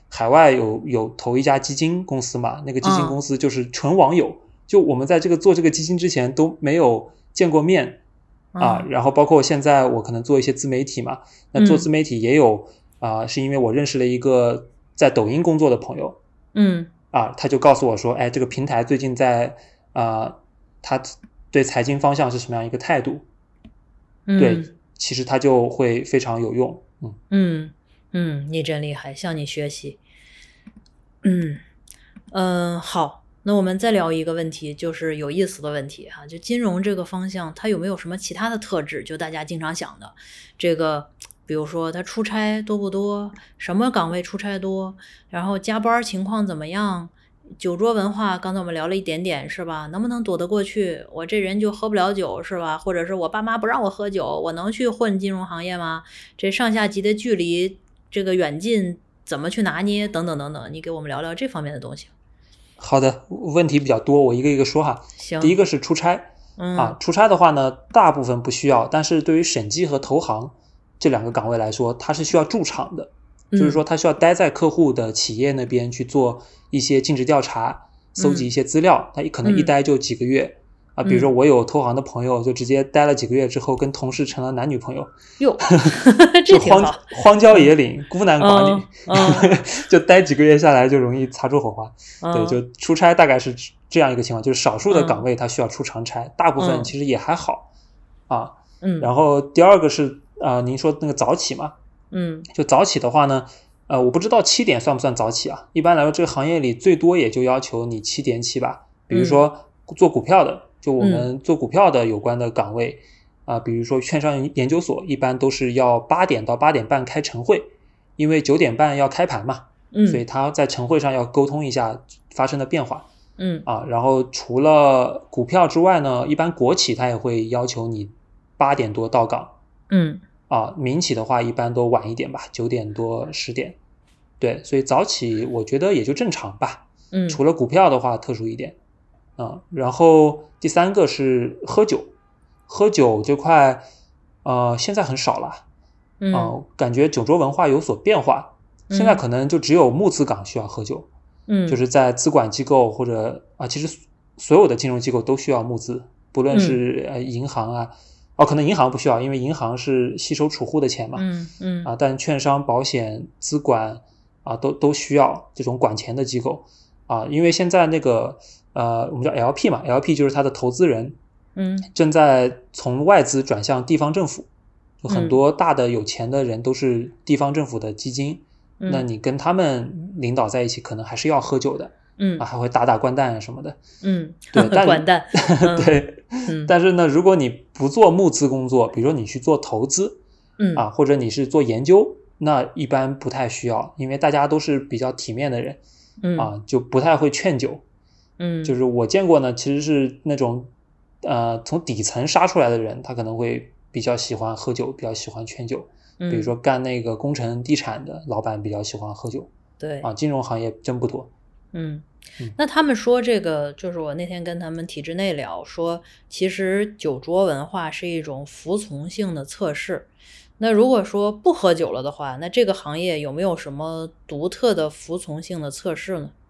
海外有有投一家基金公司嘛，那个基金公司就是纯网友，嗯、就我们在这个做这个基金之前都没有见过面啊。 嗯、 然后包括现在我可能做一些自媒体嘛，那做自媒体也有啊、呃，是因为我认识了一个在抖音工作的朋友， 嗯啊，他就告诉我说，哎，这个平台最近在啊、呃，他对财经方向是什么样一个态度？ 嗯， 对，其实他就会非常有用。嗯嗯嗯，你真厉害，向你学习。嗯嗯，好，那我们再聊一个问题，就是有意思的问题哈，就金融这个方向，它有没有什么其他的特质？就大家经常想的，这个比如说它出差多不多，什么岗位出差多，然后加班情况怎么样？酒桌文化，刚才我们聊了一点点，是吧？能不能躲得过去？我这人就喝不了酒，是吧？或者是我爸妈不让我喝酒，我能去混金融行业吗？这上下级的距离，这个远近怎么去拿捏？等等等等，你给我们聊聊这方面的东西。 好的，问题比较多，我一个一个说哈。 行， 第一个是出差， 嗯啊，出差的话呢，大部分不需要，但是对于审计和投行这两个岗位来说，它是需要驻场的。就是说他需要待在客户的企业那边去做一些尽职调查，搜集一些资料，他可能一待就几个月、嗯、啊。比如说我有投行的朋友就直接待了几个月之后跟同事成了男女朋友， 哟这挺好， 荒荒郊野岭、嗯、孤男寡女、 嗯嗯、 就待几个月下来就容易擦出火花、 嗯、 对，就出差大概是这样一个情况，就是少数的岗位他需要出长差、嗯、大部分其实也还好、嗯、啊。 嗯， 然后第二个是啊、呃，您说那个早起嘛， 嗯， 就早起的话呢，呃，我不知道七点算不算早起啊？一般来说，这个行业里最多也就要求你七点起吧。比如说做股票的，嗯、就我们做股票的有关的岗位啊、呃，比如说券商研究所，一般都是要八点到八点半开晨会，因为九点半要开盘嘛， 嗯， 所以他在晨会上要沟通一下发生的变化， 嗯啊，然后除了股票之外呢，一般国企他也会要求你八点多到岗， 嗯。 啊，民企的话一般都晚一点吧，九点多十点，对，所以早起我觉得也就正常吧。 嗯， 除了股票的话特殊一点，啊，然后第三个是喝酒，喝酒这块，呃，现在很少了， 嗯、 呃，感觉酒桌文化有所变化，现在可能就只有募资岗需要喝酒， 嗯， 就是在资管机构或者啊，其实所有的金融机构都需要募资，不论是呃银行啊。哦，可能银行不需要，因为银行是吸收储户的钱嘛， 嗯嗯啊，但券商、保险、资管啊，都都需要这种管钱的机构啊，因为现在那个呃，我们叫 L P 嘛 ，L P 就是他的投资人， 嗯， 正在从外资转向地方政府，就很多大的有钱的人都是地方政府的基金， 嗯、 那你跟他们领导在一起，可能还是要喝酒的。 嗯啊，还会打打掼蛋什么的， 嗯， 对，但掼蛋， 嗯、对、 嗯， 但是呢，如果你不做募资工作，比如说你去做投资， 嗯啊，或者你是做研究，那一般不太需要，因为大家都是比较体面的人， 嗯啊，就不太会劝酒， 嗯， 就是我见过呢，其实是那种呃从底层杀出来的人，他可能会比较喜欢喝酒，比较喜欢劝酒， 嗯、 比如说干那个工程地产的老板比较喜欢喝酒， 对， 啊，金融行业真不多。 嗯，那他们说这个，就是我那天跟他们体制内聊，说其实酒桌文化是一种服从性的测试。那如果说不喝酒了的话，那这个行业有没有什么独特的服从性的测试呢？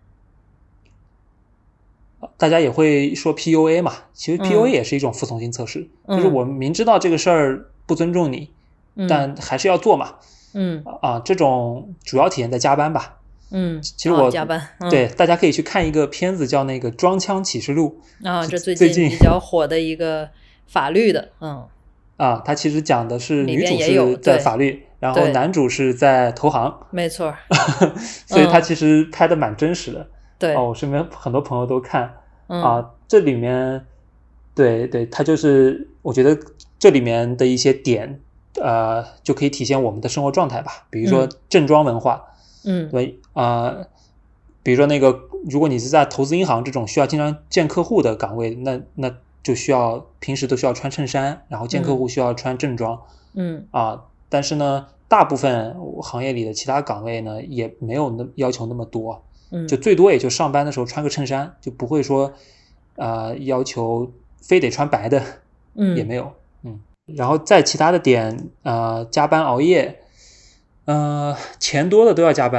大家也会说 P U A 嘛，其实 P U A 也是一种服从性测试， 嗯、 就是我明知道这个事儿不尊重你， 嗯、 但还是要做嘛。 嗯啊，这种主要体现在加班吧。 嗯， 其实我、 哦、加班、嗯， 对，大家可以去看一个片子，叫那个《装腔启示录》 啊，这最近比较火的一个法律的，嗯， 啊，它其实讲的是女主是在法律，然后男主是在投行， 没错， 所以它其实拍的蛮真实的。 嗯、对， 哦，我身边很多朋友都看、 嗯、 啊，这里面，对对，它就是我觉得这里面的一些点，呃，就可以体现我们的生活状态吧，比如说正装文化。 嗯嗯， 对啊、呃，比如说那个，如果你是在投资银行这种需要经常见客户的岗位，那那就需要平时都需要穿衬衫，然后见客户需要穿正装， 嗯啊，但是呢，大部分行业里的其他岗位呢，也没有那要求那么多， 嗯， 就最多也就上班的时候穿个衬衫，就不会说，呃，要求非得穿白的， 嗯， 也没有，嗯，然后在其他的点，呃，加班熬夜。呃，钱多的都要加班啊，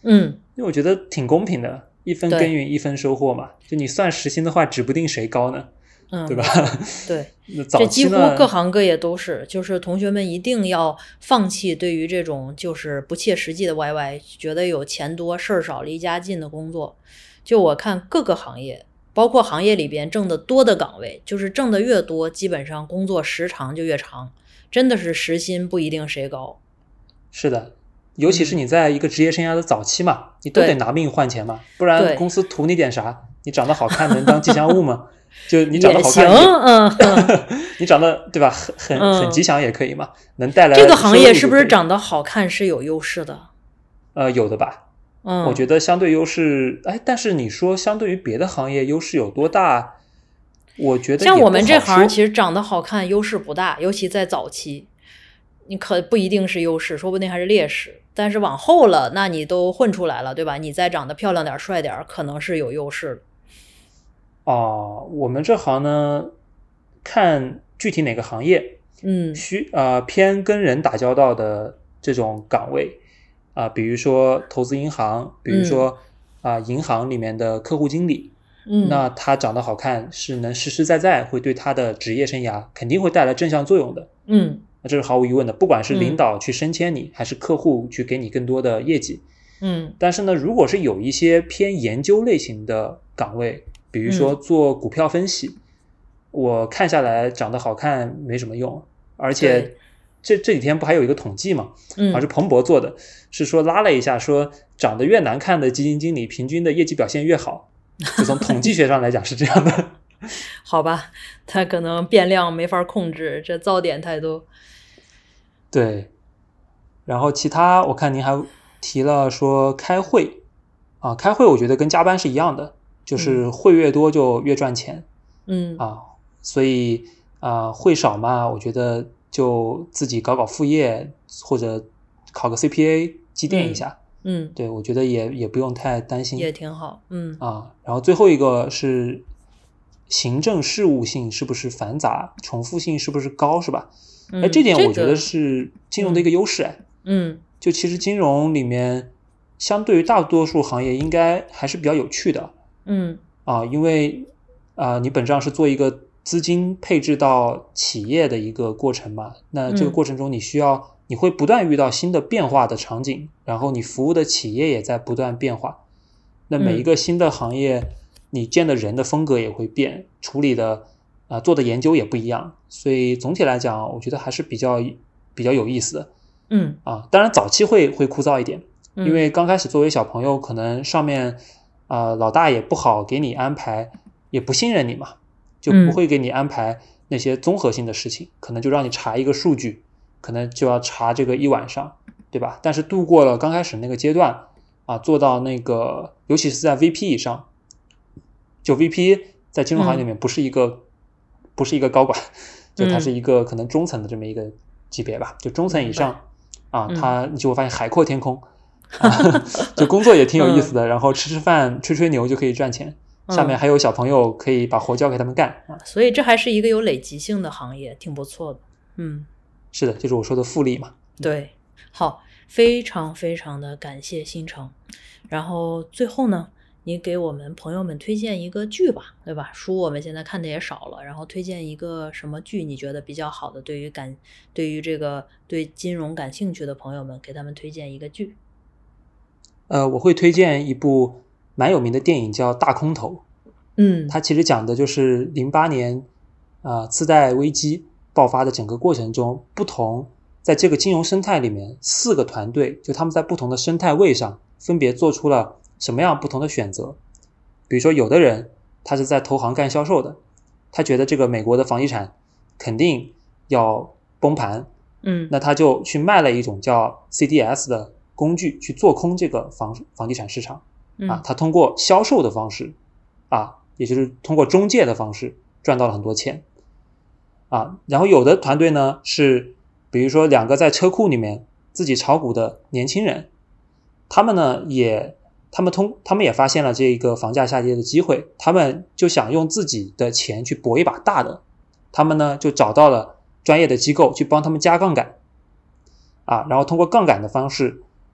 嗯， 因为我觉得挺公平的，一分耕耘一分收获嘛。就你算时薪的话，指不定谁高呢， 嗯， 对吧？ 对， 那早这几乎期呢， 各行各业都是，就是同学们一定要放弃对于这种就是不切实际的 Y Y， 觉得有钱多事儿少离家近的工作。就我看各个行业，包括行业里边挣得多的岗位，就是挣得越多，基本上工作时长就越长，真的是时薪不一定谁高。 是的，尤其是你在一个职业生涯的早期嘛，你都得拿命换钱嘛，不然公司图你点啥？你长得好看能当吉祥物吗？就你长得好看也行，嗯， 你长得对吧，很很很吉祥也可以嘛，能带来这个行业是不是长得好看是有优势的？ 呃，有的吧。 嗯， 我觉得相对优势，哎，但是你说相对于别的行业优势有多大？我觉得像我们这行其实长得好看优势不大，尤其在早期，你可不一定是优势，说不定还是劣势。但是往后了，那你都混出来了，对吧？你再长得漂亮点、帅点，可能是有优势的。 哦，我们这行呢，看具体哪个行业， 嗯， 需呃偏跟人打交道的这种岗位啊、呃，比如说投资银行，比如说啊、嗯呃、银行里面的客户经理， 嗯， 那他长得好看是能实实在在会对他的职业生涯肯定会带来正向作用的。 嗯， 那这是毫无疑问的，不管是领导去升迁你，嗯、还是客户去给你更多的业绩。 嗯， 但是呢，如果是有一些偏研究类型的岗位，比如说做股票分析，嗯、我看下来长得好看没什么用，而且这这几天不还有一个统计嘛， 嗯， 还是彭博做的，是说拉了一下，说长得越难看的基金经理平均的业绩表现越好，就从统计学上来讲是这样的。 好吧，他可能变量没法控制，这噪点太多。 对，然后其他我看您还提了说开会啊，开会我觉得跟加班是一样的，就是会越多就越赚钱。 嗯啊，所以啊会少嘛，我觉得就自己搞搞副业或者考个 C P A 积淀一下。 嗯， 对，我觉得也也不用太担心， 也挺好。嗯啊，然后最后一个是行政事务性是不是繁杂，重复性是不是高，是吧？哎、 嗯， 这点我觉得是金融的一个优势。哎、 嗯， 就其实金融里面相对于大多数行业应该还是比较有趣的。 嗯啊，因为啊、呃，你本质上是做一个资金配置到企业的一个过程嘛，那这个过程中你需要、嗯、你会不断遇到新的变化的场景，然后你服务的企业也在不断变化，那每一个新的行业、嗯、你见的人的风格也会变，处理的啊、呃、做的研究也不一样，所以总体来讲我觉得还是比较比较有意思的。 嗯啊，当然早期会会枯燥一点， 嗯、 因为刚开始作为小朋友可能上面啊、呃、老大也不好给你安排，也不信任你嘛，就不会给你安排那些综合性的事情、嗯、可能就让你查一个数据，可能就要查这个一晚上，对吧？但是度过了刚开始那个阶段啊，做到那个尤其是在 V P 以上，就 V P 在金融行业里面不是一个、嗯、不是一个高管，就它是一个可能中层的这么一个级别吧，就中层以上、嗯、啊，它你就会发现海阔天空、嗯啊、就工作也挺有意思的、嗯、然后吃吃饭吹吹牛就可以赚钱，下面还有小朋友可以把活交给他们干、 嗯、所以这还是一个有累积性的行业，挺不错的。嗯， 是的，就是我说的复利嘛。 对，好，非常非常的感谢新城。然后最后呢，你给我们朋友们推荐一个剧吧，对吧？书我们现在看的也少了，然后推荐一个什么剧你觉得比较好的，对于感对于这个对金融感兴趣的朋友们，给他们推荐一个剧。 呃，我会推荐一部蛮有名的电影叫《大空头》。 嗯， 它其实讲的就是零八年啊、呃、次贷危机爆发的整个过程中，不同在这个金融生态里面，四个团队就他们在不同的生态位上分别做出了什么样不同的选择。比如说有的人他是在投行干销售的，他觉得这个美国的房地产肯定要崩盘， 嗯， 那他就去卖了一种叫 C D S 的工具去做空这个房房地产市场、 嗯、 啊，他通过销售的方式啊，也就是通过中介的方式赚到了很多钱啊。然后有的团队呢是比如说两个在车库里面自己炒股的年轻人，他们呢也他们通他们也发现了这个房价下跌的机会，他们就想用自己的钱去搏一把大的，他们呢就找到了专业的机构去帮他们加杠杆啊，然后通过杠杆的方式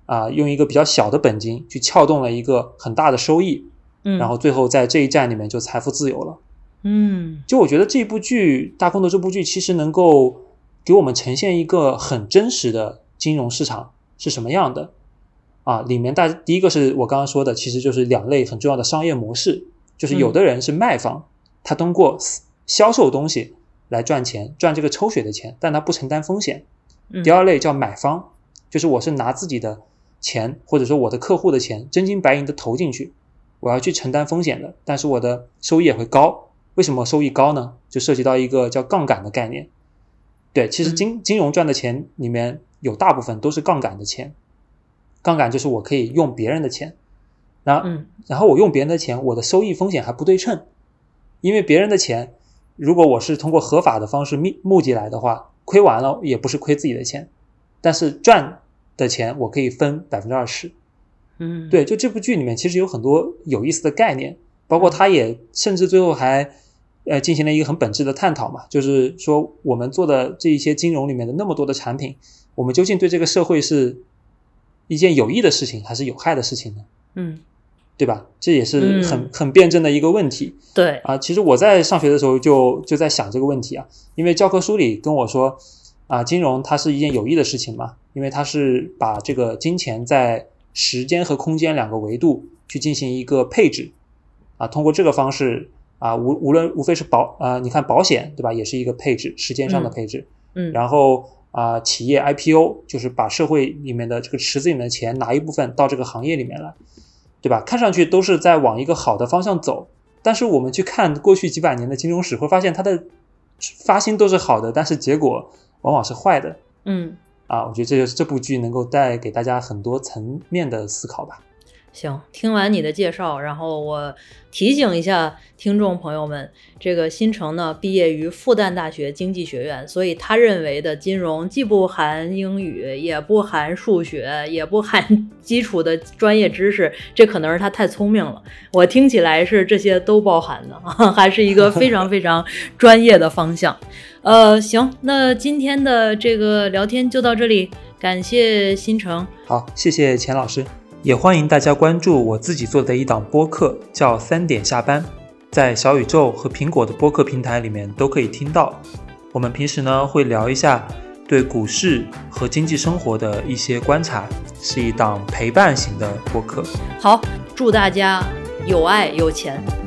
啊，用一个比较小的本金去撬动了一个很大的收益， 嗯， 然后最后在这一战里面就财富自由了。 嗯， 就我觉得这部剧大空头这部剧其实能够给我们呈现一个很真实的金融市场是什么样的啊。里面大第一个是我刚刚说的，其实就是两类很重要的商业模式，就是有的人是卖方，他通过销售东西来赚钱，赚这个抽血的钱，但他不承担风险。第二类叫买方，就是我是拿自己的钱或者说我的客户的钱真金白银的投进去，我要去承担风险的，但是我的收益也会高。为什么收益高呢？就涉及到一个叫杠杆的概念。对，其实金金融赚的钱里面有大部分都是杠杆的钱。杠杆就是我可以用别人的钱，然后然后我用别人的钱，我的收益风险还不对称。因为别人的钱如果我是通过合法的方式募集来的话，亏完了也不是亏自己的钱，但是赚的钱我可以分 百分之二十。 嗯， 对，就这部剧里面其实有很多有意思的概念，包括他也甚至最后还呃进行了一个很本质的探讨嘛，就是说我们做的这一些金融里面的那么多的产品，我们究竟对这个社会是一件有益的事情还是有害的事情呢？ 嗯， 对吧？这也是很、嗯、很辩证的一个问题。 对啊，其实我在上学的时候就就在想这个问题啊，因为教科书里跟我说啊，金融它是一件有益的事情嘛，因为它是把这个金钱在时间和空间两个维度去进行一个配置啊，通过这个方式啊，无无论无非是保啊，你看保险对吧，也是一个配置，时间上的配置。 嗯， 然后啊，企业 I P O 就是把社会里面的这个池子里面的钱拿一部分到这个行业里面来，对吧？看上去都是在往一个好的方向走，但是我们去看过去几百年的金融史，会发现它的发心都是好的，但是结果往往是坏的。 嗯， 啊，我觉得这就是这部剧能够带给大家很多层面的思考吧。 行，听完你的介绍，然后我提醒一下听众朋友们，这个新城呢毕业于复旦大学经济学院，所以他认为的金融既不含英语，也不含数学，也不含基础的专业知识，这可能是他太聪明了。我听起来是这些都包含的，还是一个非常非常专业的方向。呃，行，那今天的这个聊天就到这里，感谢新城。 好，谢谢钱老师。也欢迎大家关注我自己做的一档播客，叫三点下班，在小宇宙和苹果的播客平台里面都可以听到。我们平时呢会聊一下对股市和经济生活的一些观察，是一档陪伴型的播客。 好，祝大家有爱有钱。